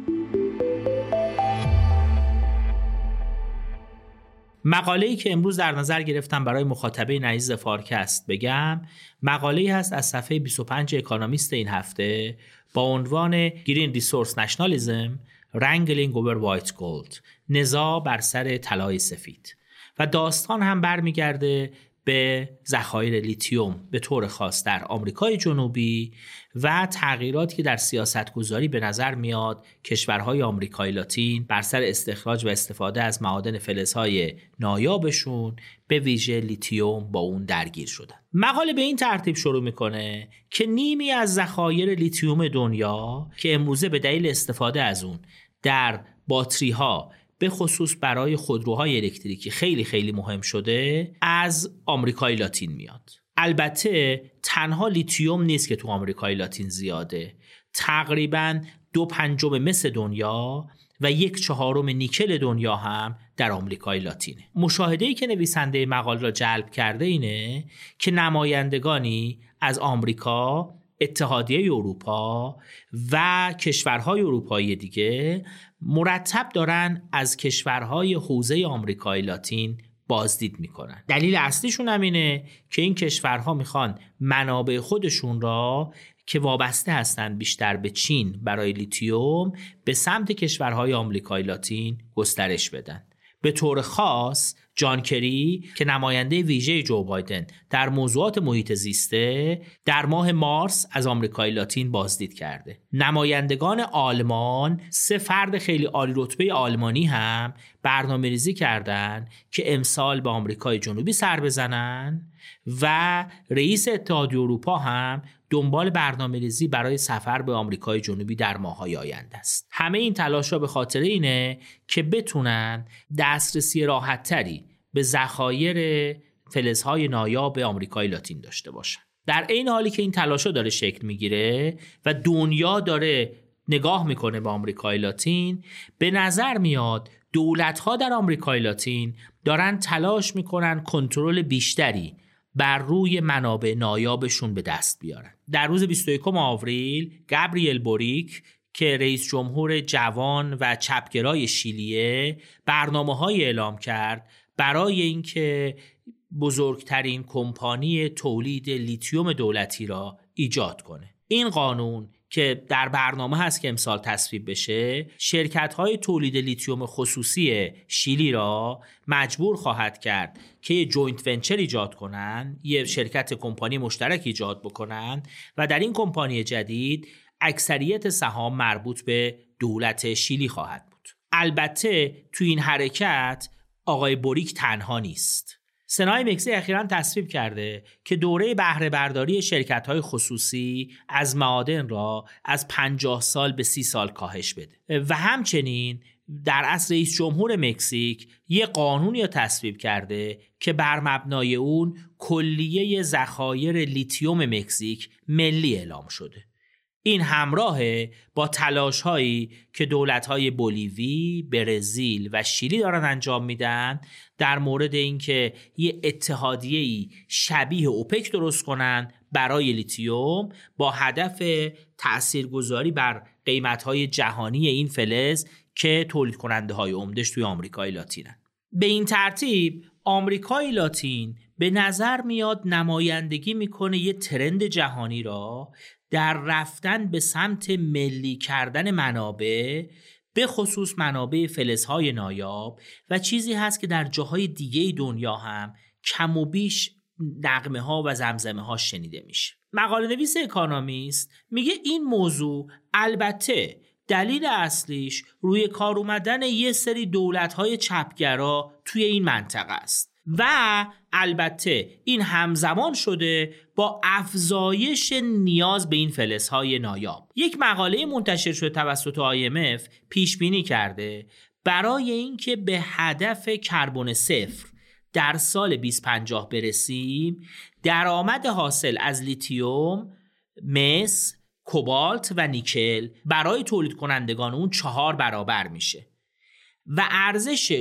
مقاله‌ای که امروز در نظر گرفتم برای مخاطبه عزیز فارکست بگم، مقاله‌ای هست از صفحه بیست و پنج اکانومیست این هفته با عنوان گرین ریسورس نشنالیسم Wrangling over White Gold، نزاع بر سر طلای سفید، و داستان هم برمیگرده به ذخایر لیتیوم به طور خاص در آمریکای جنوبی و تغییراتی که در سیاستگذاری به نظر میاد کشورهای آمریکای لاتین بر سر استخراج و استفاده از معادن فلزهای نایابشون به ویژه لیتیوم با اون درگیر شدن. مقاله به این ترتیب شروع میکنه که نیمی از ذخایر لیتیوم دنیا که امروزه به دلیل استفاده از اون در باتری ها به خصوص برای خودروهای الکتریکی خیلی خیلی مهم شده از آمریکای لاتین میاد. البته تنها لیتیوم نیست که تو آمریکای لاتین زیاده، تقریباً دو پنجم مس دنیا و یک چهارم نیکل دنیا هم در آمریکای لاتینه. مشاهده‌ای که نویسنده مقاله را جلب کرده اینه که نمایندگانی از آمریکا، اتحادیه اروپا و کشورهای اروپایی دیگه مرتب دارن از کشورهای حوزه آمریکای لاتین بازدید میکنن. دلیل اصلیشون هم اینه که این کشورها میخوان منابع خودشون را که وابسته هستن بیشتر به چین برای لیتیوم به سمت کشورهای آمریکای لاتین گسترش بدن. به طور خاص جان کری که نماینده ویژه جو بایدن در موضوعات محیط زیسته در ماه مارس از آمریکای لاتین بازدید کرده. نمایندگان آلمان، سه فرد خیلی عالی رتبه آلمانی هم برنامه‌ریزی کردن که امسال به آمریکای جنوبی سر بزنن و رئیس اتحادیه اروپا هم دنبال برنامه‌ریزی برای سفر به آمریکای جنوبی در ماه‌های آینده است. همه این تلاش‌ها به خاطر اینه که بتونن دسترسی راحت‌تری به ذخایر فلزهای نایاب آمریکای لاتین داشته باشن. در این حالی که این تلاش‌ها داره شکل میگیره و دنیا داره نگاه میکنه به آمریکای لاتین، به نظر میاد دولت‌ها در آمریکای لاتین دارن تلاش میکنن کنترل بیشتری بر روی منابع نایابشون به دست بیارن. در روز بیست و یکم آوریل گابریل بوریک که رئیس جمهور جوان و چپگرای شیلیه برنامه‌های اعلام کرد برای اینکه بزرگترین کمپانی تولید لیتیوم دولتی را ایجاد کنه. این قانون که در برنامه هست که امسال تصویب بشه، شرکت‌های تولید لیتیوم خصوصی شیلی را مجبور خواهد کرد که یه جوینت ونچر ایجاد کنن، یه شرکت کمپانی مشترک ایجاد بکنن و در این کمپانی جدید اکثریت سهام مربوط به دولت شیلی خواهد بود. البته تو این حرکت آقای بوریک تنها نیست. سنای مکزیک اخیراً تصویب کرده که دوره بهره برداری شرکت‌های خصوصی از معادن را از پنجاه سال به سی سال کاهش بده و همچنین در اصل رئیس جمهور مکزیک یه قانونی رو تصویب کرده که بر مبنای اون کلیه ذخایر لیتیوم مکزیک ملی اعلام شده. این همراهه با تلاش‌هایی که دولت‌های بولیوی، برزیل و شیلی دارن انجام میدن در مورد اینکه یه اتحادیه‌ای شبیه اوپک درست کنن برای لیتیوم با هدف تاثیرگذاری بر قیمت‌های جهانی این فلز که تولید کننده‌های عمده‌اش توی آمریکای لاتینن. به این ترتیب آمریکای لاتین به نظر میاد نمایندگی میکنه یه ترند جهانی را در رفتن به سمت ملی کردن منابع، به خصوص منابع فلزهای نایاب، و چیزی هست که در جاهای دیگه دنیا هم کم و بیش نغمه ها و زمزمه ها شنیده میشه. مقاله نویس اکانومیست میگه این موضوع البته دلیل اصلیش روی کار اومدن یه سری دولت‌های چپگرا توی این منطقه است و البته این همزمان شده با افزایش نیاز به این فلزهای نایاب. یک مقاله منتشر شده توسط آی ام اف پیش بینی کرده برای اینکه به هدف کربن صفر در سال بیست پنجاه برسیم، درآمد حاصل از لیتیوم، مس، کوبالت و نیکل برای تولید کنندگان اون چهار برابر میشه و ارزش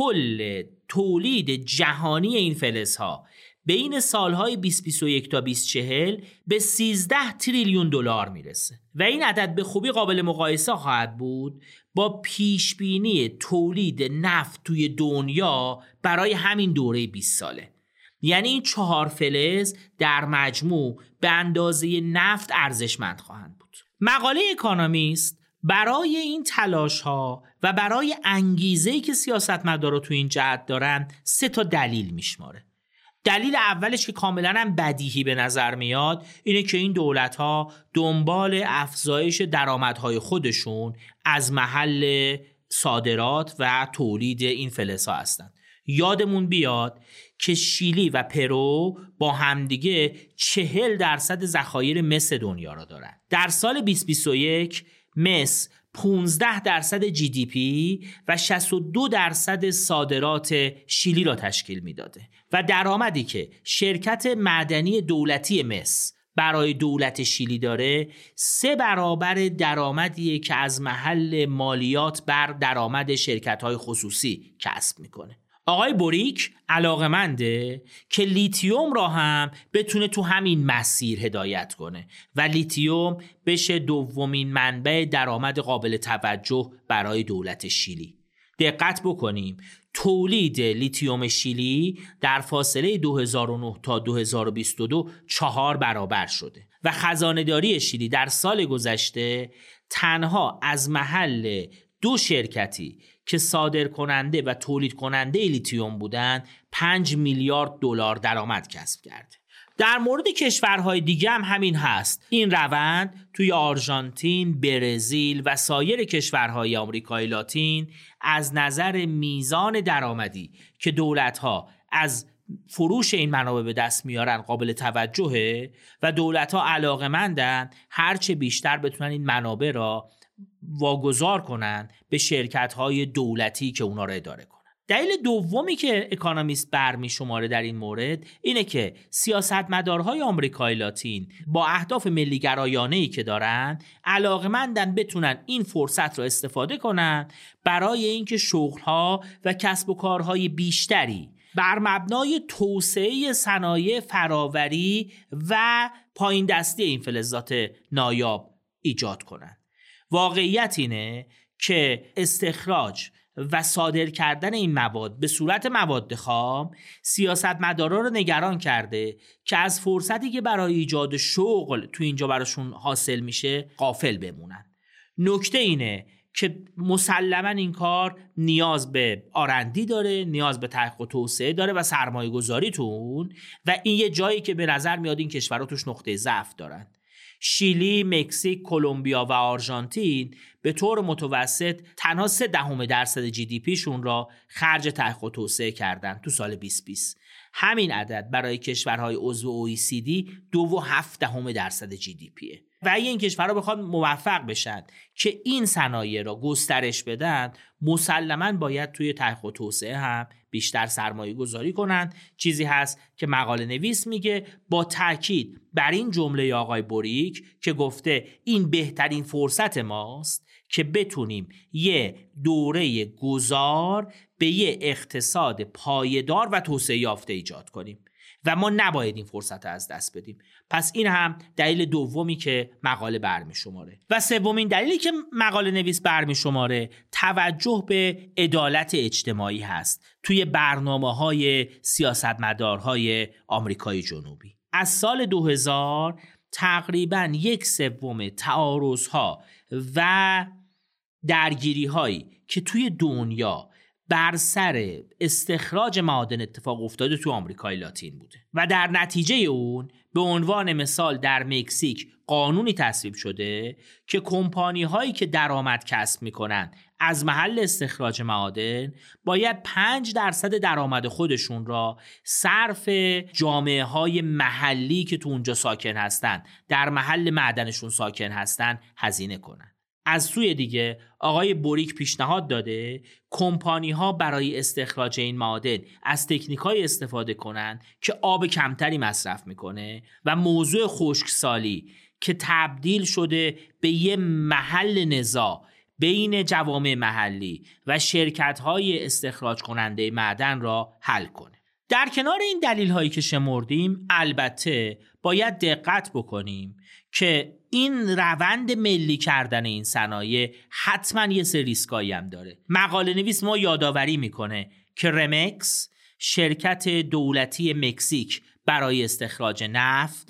کل تولید جهانی این فلزها بین سالهای بیست بیست و یک تا بیست چهل به سیزده تریلیون دلار میرسه و این عدد به خوبی قابل مقایسه خواهد بود با پیشبینی تولید نفت توی دنیا برای همین دوره بیست ساله. یعنی این چهار فلز در مجموع به اندازه نفت ارزشمند خواهند بود. مقاله اکانومیست برای این تلاش ها و برای انگیزه‌ای که سیاستمدارا تو این جهت دارن سه تا دلیل میشماره. دلیل اولش که کاملا هم بدیهی به نظر میاد اینه که این دولت ها دنبال افزایش درآمدهای خودشون از محل صادرات و تولید این فلزها هستن. یادمون بیاد که شیلی و پرو با همدیگه چهل درصد ذخایر مس دنیا را دارن. در سال بیست بیست و یک مس پانزده درصد جی دی پی و شصت و دو درصد صادرات شیلی را تشکیل میداده و درآمدی که شرکت معدنی دولتی مس برای دولت شیلی داره سه برابر درآمدیه که از محل مالیات بر درآمد شرکت‌های خصوصی کسب میکنه. آقای بوریک علاقمنده که لیتیوم را هم بتونه تو همین مسیر هدایت کنه و لیتیوم بشه دومین منبع درآمد قابل توجه برای دولت شیلی. دقت بکنیم تولید لیتیوم شیلی در فاصله دو هزار و نه تا دو هزار و بیست و دو چهار برابر شده و خزانه‌داری شیلی در سال گذشته تنها از محل دو شرکتی که صادر کننده و تولید کننده لیتیوم بودند پنج میلیارد دلار درآمد کسب کرده. در مورد کشورهای دیگه هم همین هست. این روند توی آرژانتین، برزیل و سایر کشورهای آمریکای لاتین از نظر میزان درآمدی که دولت‌ها از فروش این منابع به دست میارن قابل توجهه و دولت‌ها علاقه‌مندن هرچه بیشتر بتونن این منابع را واگذار کنن به شرکت‌های دولتی که اونا را اداره کنن. دلیل دومی که اکانومیست برمی شماره در این مورد اینه که سیاستمدارهای آمریکای لاتین با اهداف ملی‌گرایانه‌ای که دارن علاقه‌مندن بتونن این فرصت را استفاده کنن برای اینکه شغل‌ها و کسب و کارهای بیشتری بر مبنای توسعه صنایع فراوری و پایین دستی این فلزات نایاب ایجاد کنن. واقعیت اینه که استخراج و صادر کردن این مواد به صورت مواد خام سیاستمدارا رو نگران کرده که از فرصتی که برای ایجاد شغل تو اینجا براشون حاصل میشه غافل بمونن. نکته اینه که مسلما این کار نیاز به آرندی داره، نیاز به تحقیق و توسعه داره و سرمایه گذاری تو اون و این یه جایی که به نظر میاد این کشورها توش نقطه ضعف دارن. شیلی، مکزیک، کلمبیا و آرژانتین به طور متوسط تنها سه دهم درصد جی دی پیشون را خرج تحقیق و توسعه کردن تو سال بیست بیست. همین عدد برای کشورهای عضو او ای سی دی دو و هفت دهم درصد جی دی پیه. و اگه این کشورها بخواد موفق بشن که این صنایع را گسترش بدن، مسلماً باید توی تحقیق و توسعه هم بیشتر سرمایه گذاری کنن. چیزی هست که مقاله نویس میگه با تاکید بر این جمله آقای بوریک که گفته این بهترین فرصت ماست که بتونیم یه دوره گذار به یه اقتصاد پایدار و توسعه یافته ایجاد کنیم و ما نباید این فرصت از دست بدیم. پس این هم دلیل دومی که مقاله برمی شماره. و سومین دلیلی که مقاله نویس برمی شماره توجه به عدالت اجتماعی هست توی برنامه‌های سیاستمدارهای آمریکای جنوبی. از سال دو هزار تقریباً یک سوم تعارض‌ها و درگیری‌هایی که توی دنیا بر سر استخراج معادن اتفاق افتاده تو آمریکای لاتین بوده و در نتیجه اون به عنوان مثال در مکزیک قانونی تصویب شده که کمپانی هایی که درآمد کسب میکنن از محل استخراج معادن باید پنج درصد درآمد خودشون را صرف جامعه های محلی که تو اونجا ساکن هستن، در محل معدنشون ساکن هستن، هزینه کنن. از سوی دیگه آقای بوریک پیشنهاد داده کمپانی ها برای استخراج این معادن از تکنیک‌های استفاده کنن که آب کمتری مصرف میکنه و موضوع خشکسالی که تبدیل شده به یه محل نزاع بین جوامع محلی و شرکت‌های استخراج کننده معدن را حل کنه. در کنار این دلیل هایی که شمردیم البته باید دقت بکنیم که این روند ملی کردن این صنایع حتما یه سری ریسکایی هم داره. مقاله نویس ما یادآوری میکنه که رمکس شرکت دولتی مکزیک برای استخراج نفت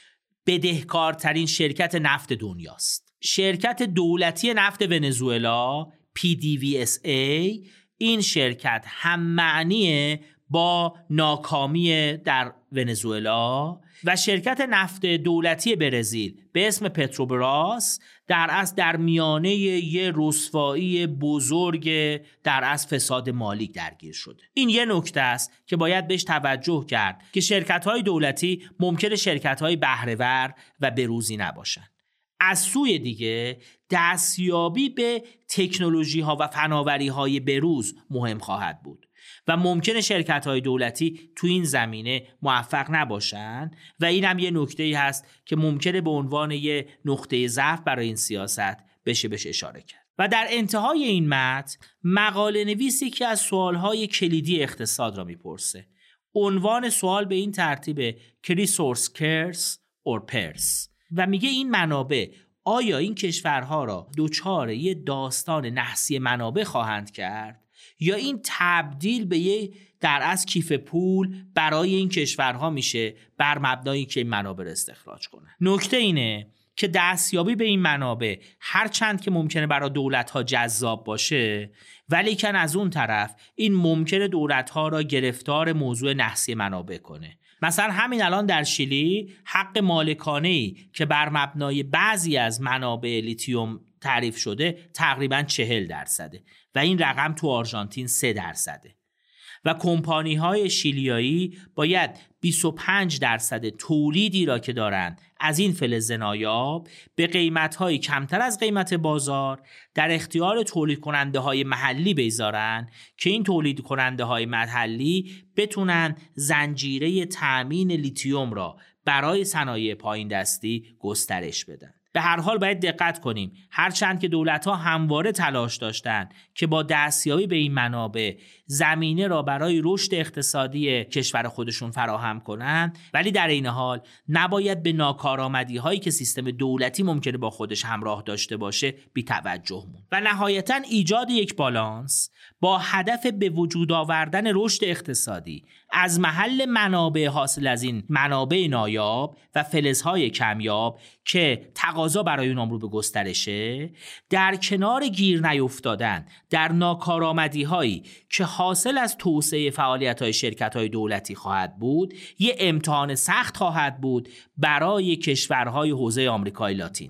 بدهکارترین شرکت نفت دنیاست. شرکت دولتی نفت ونزوئلا پی دی وی اس ای این شرکت هم معنیه با ناکامی در ونزوئلا و شرکت نفت دولتی برزیل به اسم پتروبراس در اصل در میانه یه رسوایی بزرگ در اصل فساد مالی درگیر شده. این یه نکته است که باید بهش توجه کرد که شرکت‌های دولتی ممکنه شرکت‌های بهره‌ور و بروزی نباشن. از سوی دیگه دستیابی به تکنولوژی‌ها و فناوری‌های بروز مهم خواهد بود و ممکنه شرکت‌های دولتی تو این زمینه موفق نباشن و این هم یه نکته‌ای هست که ممکنه به عنوان یه نقطه ضعف برای این سیاست بشه بهش اشاره کرد. و در انتهای این متن مقاله نویسی که از سوال‌های کلیدی اقتصاد را میپرسه. عنوان سوال به این ترتیبه که resource scarce or pairs و میگه این منابع آیا این کشورها را دوچار یه داستان نحسی منابع خواهند کرد یا این تبدیل به یه در اصل کیف پول برای این کشورها میشه بر مبنای که این منابع را استخراج کنن. نکته اینه که دستیابی به این منابع هرچند که ممکنه برای دولت‌ها جذاب باشه ولیکن از اون طرف این ممکنه دولت‌ها را گرفتار موضوع نحسی منابع کنه. مثلا همین الان در شیلی حق مالکانه‌ای که بر مبنای بعضی از منابع لیتیوم تعریف شده تقریباً چهل درصده و این رقم تو آرژانتین سه درصده و کمپانی‌های شیلیایی باید بیست و پنج درصد تولیدی را که دارند از این فلز نایاب به قیمت‌های کمتر از قیمت بازار در اختیار تولید کننده های محلی بگذارن که این تولید کننده های محلی بتونن زنجیره تأمین لیتیوم را برای صنایع پایین دستی گسترش بدن. به هر حال باید دقت کنیم هرچند که دولت‌ها همواره تلاش داشتند که با دستیابی به این منابع زمینه را برای رشد اقتصادی کشور خودشون فراهم کنند ولی در این حال نباید به ناکارآمدی‌هایی که سیستم دولتی ممکنه با خودش همراه داشته باشه بی توجه موند و نهایتاً ایجاد یک بالانس با هدف به وجود آوردن رشد اقتصادی از محل منابع حاصل از این منابع نایاب و فلزهای کمیاب که تقاضا برای اونام رو به گسترشه در کنار گیر نیفتادن در ناکارآمدی‌هایی که حاصل از توسعه فعالیت‌های شرکت‌های دولتی خواهد بود یه امتحان سخت خواهد بود برای کشورهای حوزه آمریکای لاتین.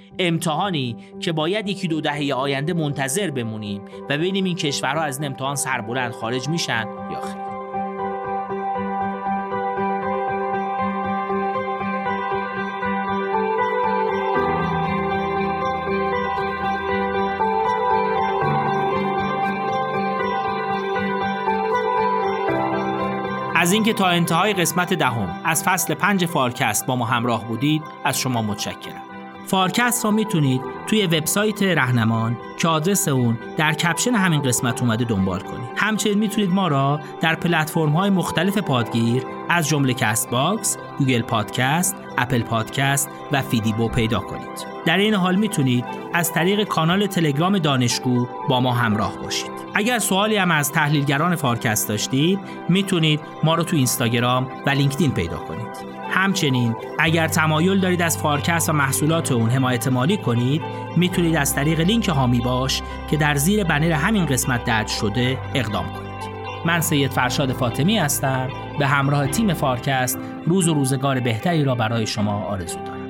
امتحانی که باید یکی دو دهه آینده منتظر بمونیم و ببینیم این کشورها از این امتحان سربلند خارج میشن یا خیر. از اینکه تا انتهای قسمت دهم از فصل پنج فارکست با ما همراه بودید از شما متشکرم. فارکست را میتونید توی وبسایت رهنمان که آدرس اون در کپشن همین قسمت اومده دنبال کنید. همچنین میتونید ما را در پلتفرم‌های مختلف پادگیر از جمله کست باکس، گوگل پادکست، اپل پادکست و فیدیبو پیدا کنید. در این حال میتونید از طریق کانال تلگرام دانشگو با ما همراه باشید. اگر سوالی هم از تحلیلگران فارکست داشتید میتونید ما رو تو اینستاگرام و لینکدین پیدا کنید. همچنین اگر تمایل دارید از فارکست و محصولات اون حمایت مالی کنید میتونید از طریق لینک هامی باش که در زیر بنر همین قسمت درج شده اقدام کنید. من سید فرشاد فاطمی هستم. به همراه تیم فارکست روز و روزگار بهتری را برای شما آرزو دارم.